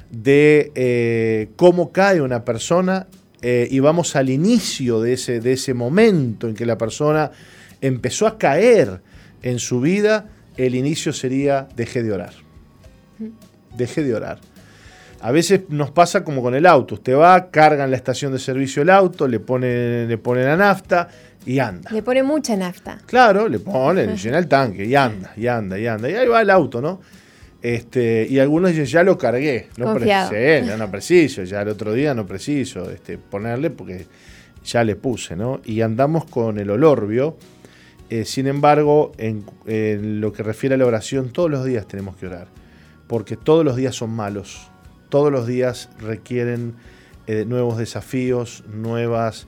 de eh, cómo cae una persona, eh, y vamos al inicio de ese, de ese momento en que la persona empezó a caer en su vida, el inicio sería: dejé de orar. Dejé de orar. A veces nos pasa como con el auto. Usted va, carga en la estación de servicio el auto, le pone, le pone la nafta y anda. Le pone mucha nafta. Claro, le pone, le llena el tanque y anda, y anda, y anda. Y ahí va el auto, ¿no? Este, y algunos dicen, ya lo cargué. No, pre- sí, ya no preciso, ya el otro día no preciso este, ponerle porque ya le puse, ¿no? Y andamos con el olor, ¿vio? Eh, sin embargo, en, en lo que refiere a la oración, todos los días tenemos que orar. Porque todos los días son malos. Todos los días requieren eh, nuevos desafíos, nuevas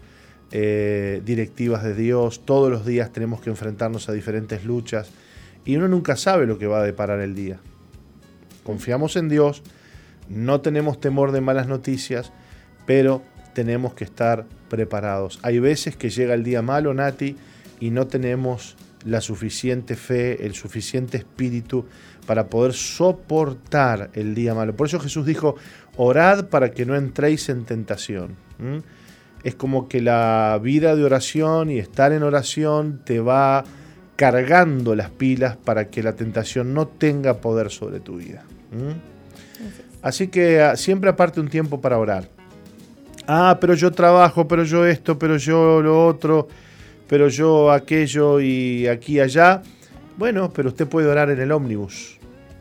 eh, directivas de Dios. Todos los días tenemos que enfrentarnos a diferentes luchas. Y uno nunca sabe lo que va a deparar el día. Confiamos en Dios, no tenemos temor de malas noticias, pero tenemos que estar preparados. Hay veces que llega el día malo, Nati, y no tenemos la suficiente fe, el suficiente espíritu para poder soportar el día malo. Por eso Jesús dijo, orad para que no entréis en tentación. ¿Mm? Es como que la vida de oración y estar en oración te va cargando las pilas para que la tentación no tenga poder sobre tu vida. ¿Mm? Así que siempre aparte un tiempo para orar. Ah, pero yo trabajo, pero yo esto, pero yo lo otro, pero yo aquello y aquí y allá. Bueno, pero usted puede orar en el ómnibus.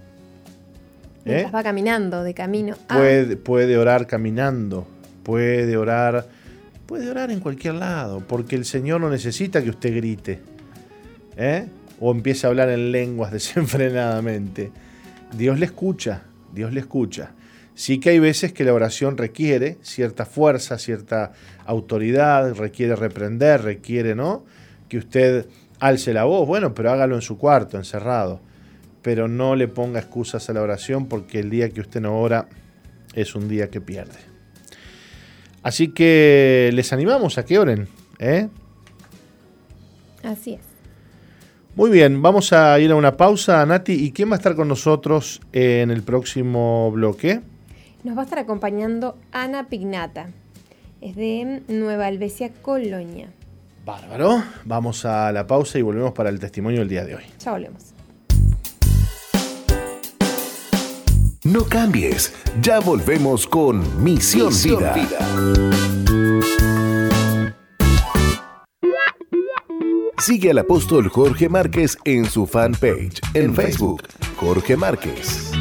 ¿Eh? Va caminando, de camino. Ah. Puede, puede orar caminando, puede orar, puede orar en cualquier lado, porque el Señor no necesita que usted grite, ¿eh? O empiece a hablar en lenguas desenfrenadamente. Dios le escucha, Dios le escucha. Sí que hay veces que la oración requiere cierta fuerza, cierta autoridad, requiere reprender, requiere, ¿no?, que usted alce la voz. Bueno, pero hágalo en su cuarto, encerrado. Pero no le ponga excusas a la oración, porque el día que usted no ora es un día que pierde. Así que les animamos a que oren, ¿eh? Así es. Muy bien, vamos a ir a una pausa, Nati. ¿Y quién va a estar con nosotros en el próximo bloque? Nos va a estar acompañando Ana Pignata. Es de Nueva Albesia, Colonia. Bárbaro. Vamos a la pausa y volvemos para el testimonio del día de hoy. Ya volvemos. No cambies, ya volvemos con Misión, Misión Vida. Vida. Sigue al apóstol Jorge Márquez en su fanpage en, en Facebook, Jorge Márquez.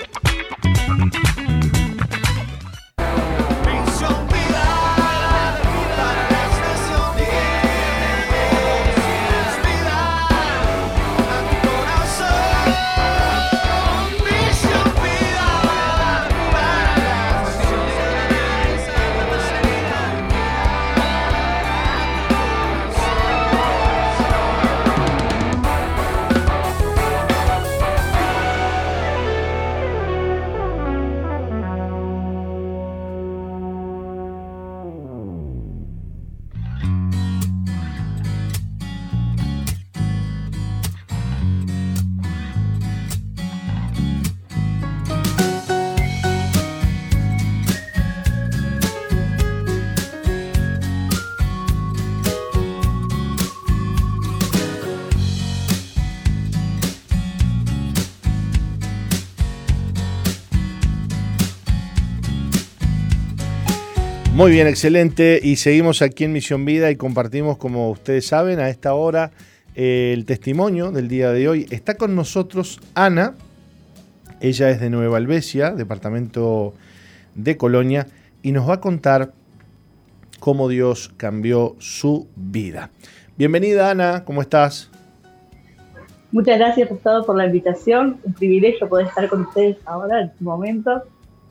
Muy bien, excelente. Y seguimos aquí en Misión Vida y compartimos, como ustedes saben, a esta hora eh, el testimonio del día de hoy. Está con nosotros Ana. Ella es de Nueva Albesia, departamento de Colonia, y nos va a contar cómo Dios cambió su vida. Bienvenida, Ana, ¿cómo estás? Muchas gracias, Gustavo, por la invitación. Un privilegio poder estar con ustedes ahora, en este momento.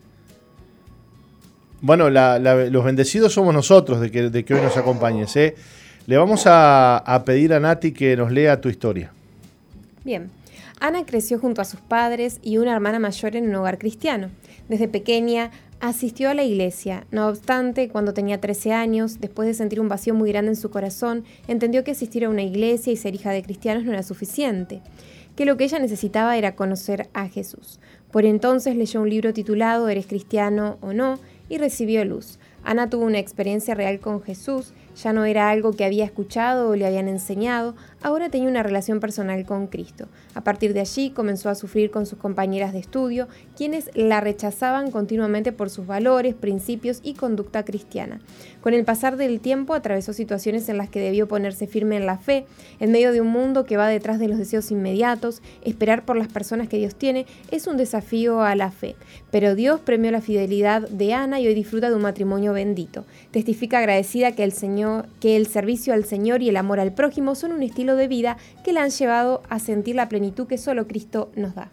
Bueno, la, la, los bendecidos somos nosotros de que, de que hoy nos acompañes, ¿eh? Le vamos a, a pedir a Nati que nos lea tu historia. Bien. Ana creció junto a sus padres y una hermana mayor en un hogar cristiano. Desde pequeña asistió a la iglesia. No obstante, cuando tenía trece años, después de sentir un vacío muy grande en su corazón, entendió que asistir a una iglesia y ser hija de cristianos no era suficiente, que lo que ella necesitaba era conocer a Jesús. Por entonces leyó un libro titulado ¿Eres cristiano o no? Y recibió luz. Ana tuvo una experiencia real con Jesús. Ya no era algo que había escuchado o le habían enseñado, ahora tenía una relación personal con Cristo. A partir de allí comenzó a sufrir con sus compañeras de estudio, quienes la rechazaban continuamente por sus valores, principios y conducta cristiana. Con el pasar del tiempo atravesó situaciones en las que debió ponerse firme en la fe, en medio de un mundo que va detrás de los deseos inmediatos. Esperar por las personas que Dios tiene es un desafío a la fe, pero Dios premió la fidelidad de Ana y hoy disfruta de un matrimonio bendito. Testifica agradecida que el Señor que el servicio al Señor y el amor al prójimo son un estilo de vida que la han llevado a sentir la plenitud que solo Cristo nos da.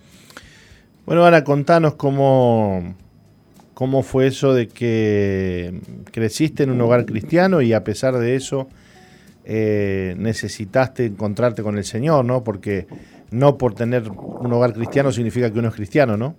Bueno, Ana, contanos cómo, cómo fue eso de que creciste en un hogar cristiano y a pesar de eso eh, necesitaste encontrarte con el Señor, ¿no? Porque no por tener un hogar cristiano significa que uno es cristiano, ¿no?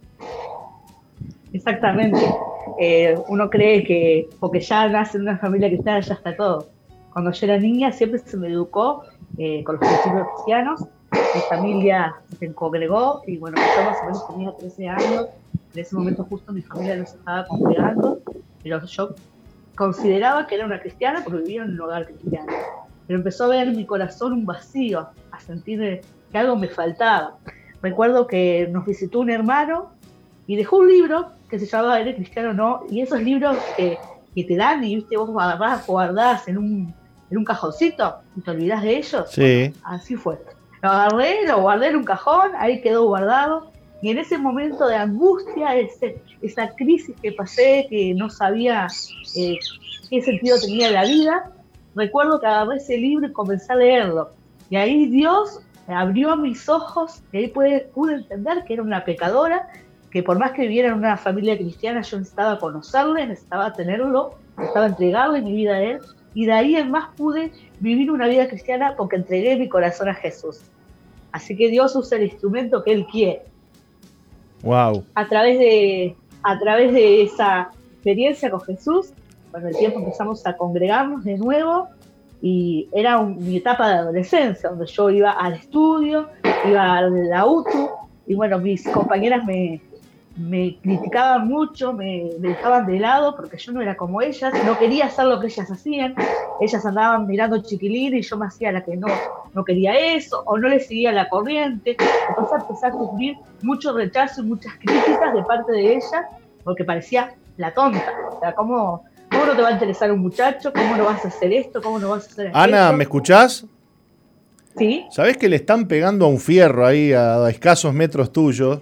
Exactamente. Eh, uno cree que porque ya nace en una familia cristiana ya está todo. Cuando yo era niña siempre se me educó eh, con los principios cristianos. Mi familia se congregó y bueno, yo más o menos tenía trece años. En ese momento justo mi familia no se estaba congregando, pero yo consideraba que era una cristiana porque vivía en un hogar cristiano. Pero empezó a ver en mi corazón un vacío, a sentir que algo me faltaba. Recuerdo que nos visitó un hermano y dejó un libro que se llamaba ¿Eres cristiano o no? Y esos libros que, que te dan y viste vos agarrás, guardás en un, en un cajoncito y te olvidás de ellos. Sí. Bueno, así fue. Lo agarré, lo guardé en un cajón, ahí quedó guardado. Y en ese momento de angustia, ese, esa crisis que pasé, que no sabía eh, qué sentido tenía la vida, recuerdo que agarré ese libro y comencé a leerlo. Y ahí Dios abrió mis ojos y ahí pude, pude entender que era una pecadora, que por más que viviera en una familia cristiana, yo necesitaba conocerle, necesitaba tenerlo, necesitaba entregarle mi vida a él, y de ahí en más pude vivir una vida cristiana porque entregué mi corazón a Jesús. Así que Dios usa el instrumento que Él quiere. Wow. A través de, a través de esa experiencia con Jesús, con el tiempo empezamos a congregarnos de nuevo, y era un, mi etapa de adolescencia, donde yo iba al estudio, iba a la U T U, y bueno, mis compañeras me... me criticaban mucho, me, me dejaban de lado porque yo no era como ellas, no quería hacer lo que ellas hacían. Ellas andaban mirando Chiquilín y yo me hacía la que no, no quería eso, o no le seguía la corriente. Entonces empecé a sufrir mucho rechazo y muchas críticas de parte de ellas porque parecía la tonta. O sea, ¿cómo, cómo no te va a interesar un muchacho? ¿Cómo no vas a hacer esto? ¿Cómo no vas a hacer aquello? Ana, ¿me escuchás? Sí. ¿Sabés que le están pegando a un fierro ahí a, a escasos metros tuyos?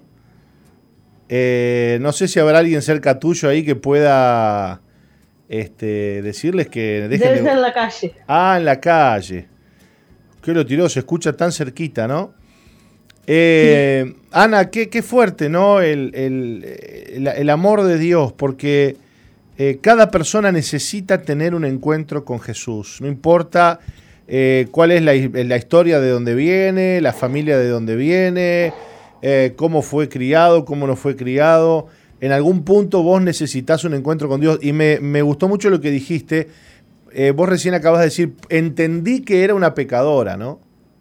Eh, no sé si habrá alguien cerca tuyo ahí que pueda este, decirles que dejen Debe de... ser en la calle. Ah, en la calle. ¿Qué lo tiró? Se escucha tan cerquita, ¿no? Eh, sí. Ana, qué, qué fuerte, ¿no? El, el, el, el amor de Dios, porque eh, cada persona necesita tener un encuentro con Jesús. No importa eh, cuál es la, la historia de dónde viene, la familia de dónde viene... Eh, cómo fue criado, cómo no fue criado. En algún punto vos necesitas un encuentro con Dios. Y me, me gustó mucho lo que dijiste. Eh, vos recién acabas de decir, entendí que era una pecadora, ¿no?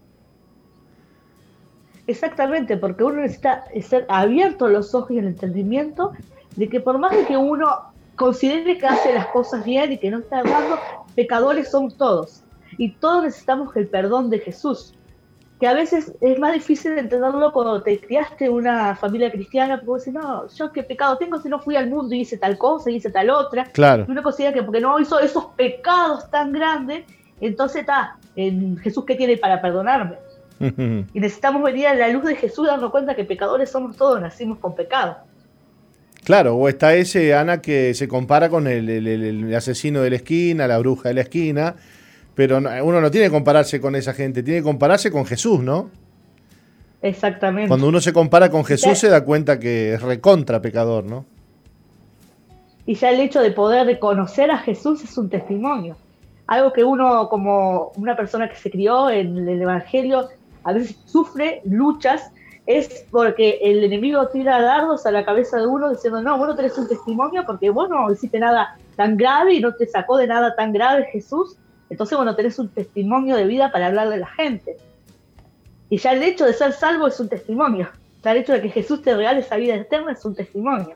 Exactamente, porque uno necesita ser abierto los ojos y el entendimiento de que por más de que uno considere que hace las cosas bien y que no está errando, pecadores somos todos. Y todos necesitamos el perdón de Jesús. Que a veces es más difícil entenderlo cuando te criaste en una familia cristiana, porque vos decís, no, yo qué pecado tengo si no fui al mundo y hice tal cosa, y hice tal otra. Claro. Y uno considera que porque no hizo esos pecados tan grandes, entonces está, en Jesús, ¿qué tiene para perdonarme? Y necesitamos venir a la luz de Jesús y darnos cuenta que pecadores somos todos, nacimos con pecado. Claro, o está ese, Ana, que se compara con el, el, el asesino de la esquina, la bruja de la esquina, pero uno no tiene que compararse con esa gente, tiene que compararse con Jesús, ¿no? Exactamente. Cuando uno se compara con Jesús se da cuenta que es recontra pecador, ¿no? Y ya el hecho de poder reconocer a Jesús es un testimonio. Algo que uno, como una persona que se crió en el Evangelio, a veces sufre luchas, es porque el enemigo tira dardos a la cabeza de uno diciendo, no, vos no tenés un testimonio porque vos no hiciste nada tan grave y no te sacó de nada tan grave Jesús, entonces vos no tenés un testimonio de vida para hablarle a la gente. Y ya el hecho de ser salvo es un testimonio. Ya el hecho de que Jesús te regale esa vida eterna es un testimonio.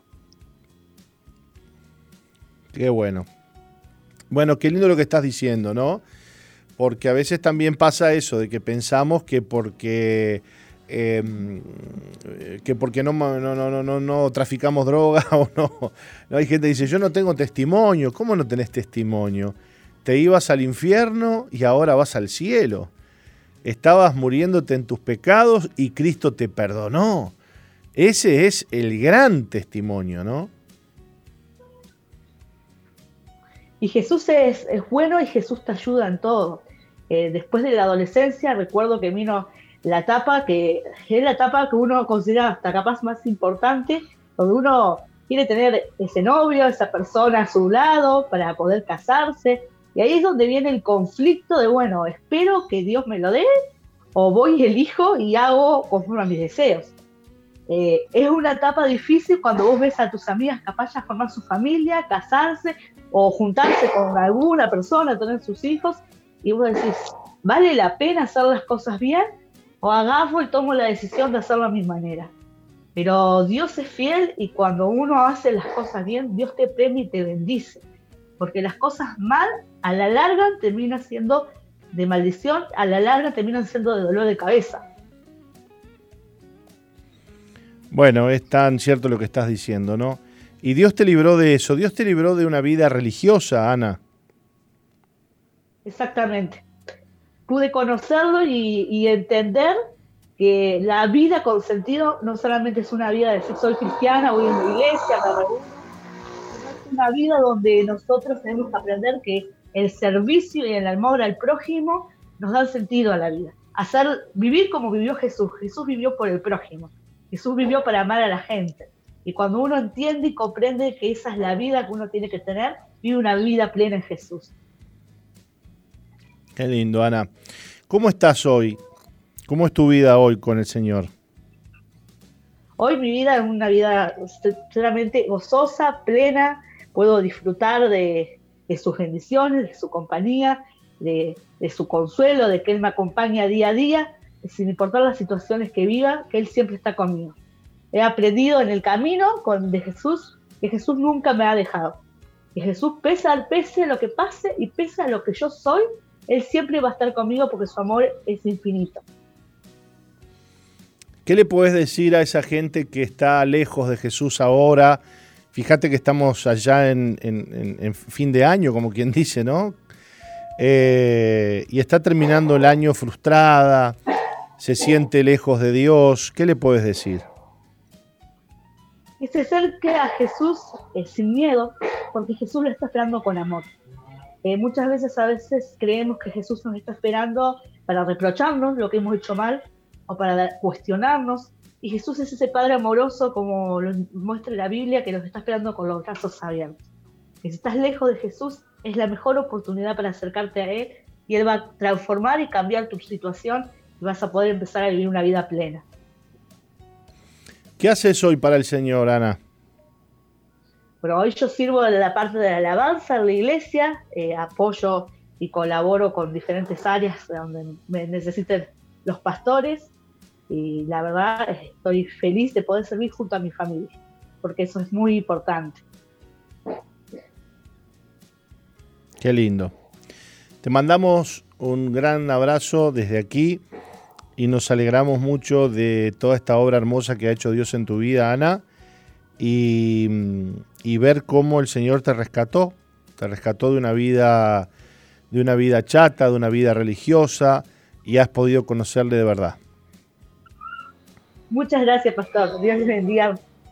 Qué bueno. Bueno, qué lindo lo que estás diciendo, ¿no? Porque a veces también pasa eso, de que pensamos que porque eh, que porque no, no, no, no, no traficamos droga o no. No, hay gente que dice, yo no tengo testimonio. ¿Cómo no tenés testimonio? Te ibas al infierno y ahora vas al cielo. Estabas muriéndote en tus pecados y Cristo te perdonó. Ese es el gran testimonio, ¿no? Y Jesús es, es bueno y Jesús te ayuda en todo. Eh, después de la adolescencia recuerdo que vino la etapa que es la etapa que uno considera hasta capaz más importante, donde uno quiere tener ese novio, esa persona a su lado para poder casarse. Y ahí es donde viene el conflicto de, bueno, espero que Dios me lo dé, o voy y elijo y hago conforme a mis deseos. Eh, es una etapa difícil cuando vos ves a tus amigas capaz de formar su familia, casarse, o juntarse con alguna persona, tener sus hijos, y vos decís, ¿vale la pena hacer las cosas bien? O agarro y tomo la decisión de hacerlo a mi manera. Pero Dios es fiel y cuando uno hace las cosas bien, Dios te premia y te bendice. Porque las cosas mal, a la larga, terminan siendo de maldición, a la larga terminan siendo de dolor de cabeza. Bueno, es tan cierto lo que estás diciendo, ¿no? Y Dios te libró de eso, Dios te libró de una vida religiosa, Ana. Exactamente. Pude conocerlo y, y entender que la vida con sentido no solamente es una vida de decir soy cristiana, voy a la iglesia, me reúno, es una vida donde nosotros tenemos que aprender que el servicio y el amor al prójimo nos dan sentido a la vida. Hacer, vivir como vivió Jesús. Jesús vivió por el prójimo. Jesús vivió para amar a la gente. Y cuando uno entiende y comprende que esa es la vida que uno tiene que tener, vive una vida plena en Jesús. Qué lindo, Ana. ¿Cómo estás hoy? ¿Cómo es tu vida hoy con el Señor? Hoy mi vida es una vida sinceramente gozosa, plena. Puedo disfrutar de, de sus bendiciones, de su compañía, de, de su consuelo, de que Él me acompaña día a día, sin importar las situaciones que viva, que Él siempre está conmigo. He aprendido en el camino con, de Jesús que Jesús nunca me ha dejado. Que Jesús, pese, pese a lo que pase y pese a lo que yo soy, Él siempre va a estar conmigo porque su amor es infinito. ¿Qué le podés decir a esa gente que está lejos de Jesús ahora? Fíjate que estamos allá en, en, en fin de año, como quien dice, ¿no? Eh, y está terminando el año frustrada, se siente lejos de Dios. ¿Qué le podés decir? Que se acerque a Jesús eh, sin miedo, porque Jesús lo está esperando con amor. Eh, muchas veces, a veces creemos que Jesús nos está esperando para reprocharnos lo que hemos hecho mal o para cuestionarnos. Y Jesús es ese Padre amoroso, como lo muestra la Biblia, que nos está esperando con los brazos abiertos. Que si estás lejos de Jesús, es la mejor oportunidad para acercarte a Él y Él va a transformar y cambiar tu situación y vas a poder empezar a vivir una vida plena. ¿Qué haces hoy para el Señor, Ana? Bueno, hoy yo sirvo en la parte de la alabanza en la iglesia, eh, apoyo y colaboro con diferentes áreas donde me necesiten los pastores y la verdad estoy feliz de poder servir junto a mi familia, porque eso es muy importante. Qué lindo. Te mandamos un gran abrazo desde aquí y nos alegramos mucho de toda esta obra hermosa que ha hecho Dios en tu vida, Ana, y, y ver cómo el Señor te rescató, te rescató de una vida, de una vida chata, de una vida religiosa, y has podido conocerle de verdad. Muchas gracias, pastor. Dios les bendiga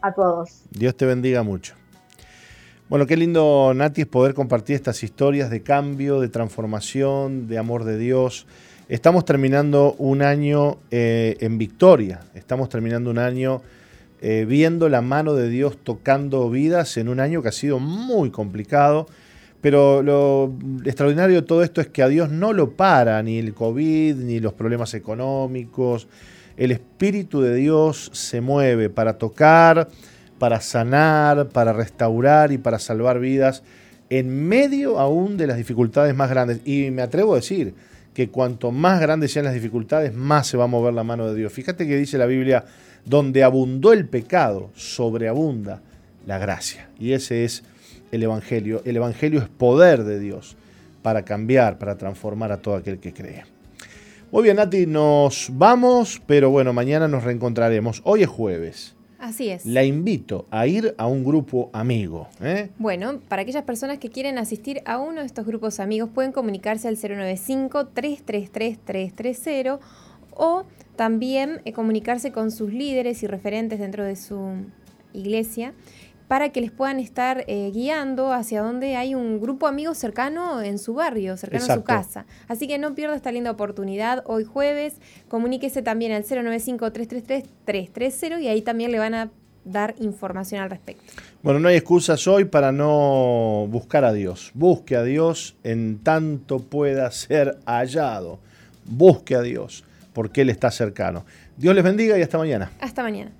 a todos. Dios te bendiga mucho. Bueno, qué lindo, Nati, es poder compartir estas historias de cambio, de transformación, de amor de Dios. Estamos terminando un año eh, en victoria. Estamos terminando un año eh, viendo la mano de Dios tocando vidas en un año que ha sido muy complicado. Pero lo extraordinario de todo esto es que a Dios no lo para ni el COVID, ni los problemas económicos. El Espíritu de Dios se mueve para tocar, para sanar, para restaurar y para salvar vidas en medio aún de las dificultades más grandes. Y me atrevo a decir que cuanto más grandes sean las dificultades, más se va a mover la mano de Dios. Fíjate que dice la Biblia, donde abundó el pecado, sobreabunda la gracia. Y ese es el Evangelio. El Evangelio es poder de Dios para cambiar, para transformar a todo aquel que cree. Muy bien, Nati, nos vamos, pero bueno, mañana nos reencontraremos. Hoy es jueves. Así es. La invito a ir a un grupo amigo. ¿eh? Bueno, para aquellas personas que quieren asistir a uno de estos grupos amigos, pueden comunicarse al cero nueve cinco, tres tres tres, tres tres cero o también eh, comunicarse con sus líderes y referentes dentro de su iglesia para que les puedan estar eh, guiando hacia donde hay un grupo amigo cercano en su barrio, cercano Exacto. a su casa. Así que no pierda esta linda oportunidad hoy jueves. Comuníquese también al cero nueve cinco, tres tres tres, tres tres cero y ahí también le van a dar información al respecto. Bueno, no hay excusas hoy para no buscar a Dios. Busque a Dios en tanto pueda ser hallado. Busque a Dios porque Él está cercano. Dios les bendiga y hasta mañana. Hasta mañana.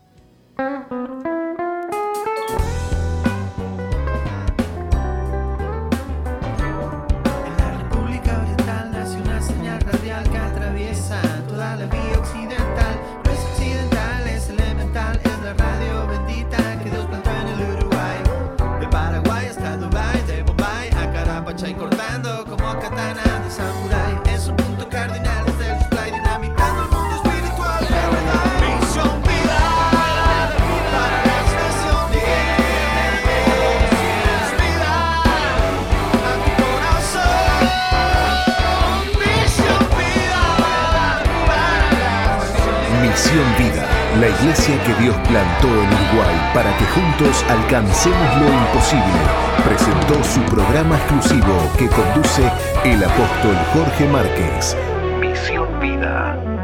Cortando como katana de samurái. Es un punto cardinal desde el display, dinamitando el mundo espiritual. Misión vida para la expresión de Dios. Vida a tu corazón. Misión vida para la expresión. Misión Vida, la iglesia que Dios plantó en Uruguay para que juntos alcancemos lo imposible, presentó su programa exclusivo que conduce el apóstol Jorge Márquez. Misión Vida.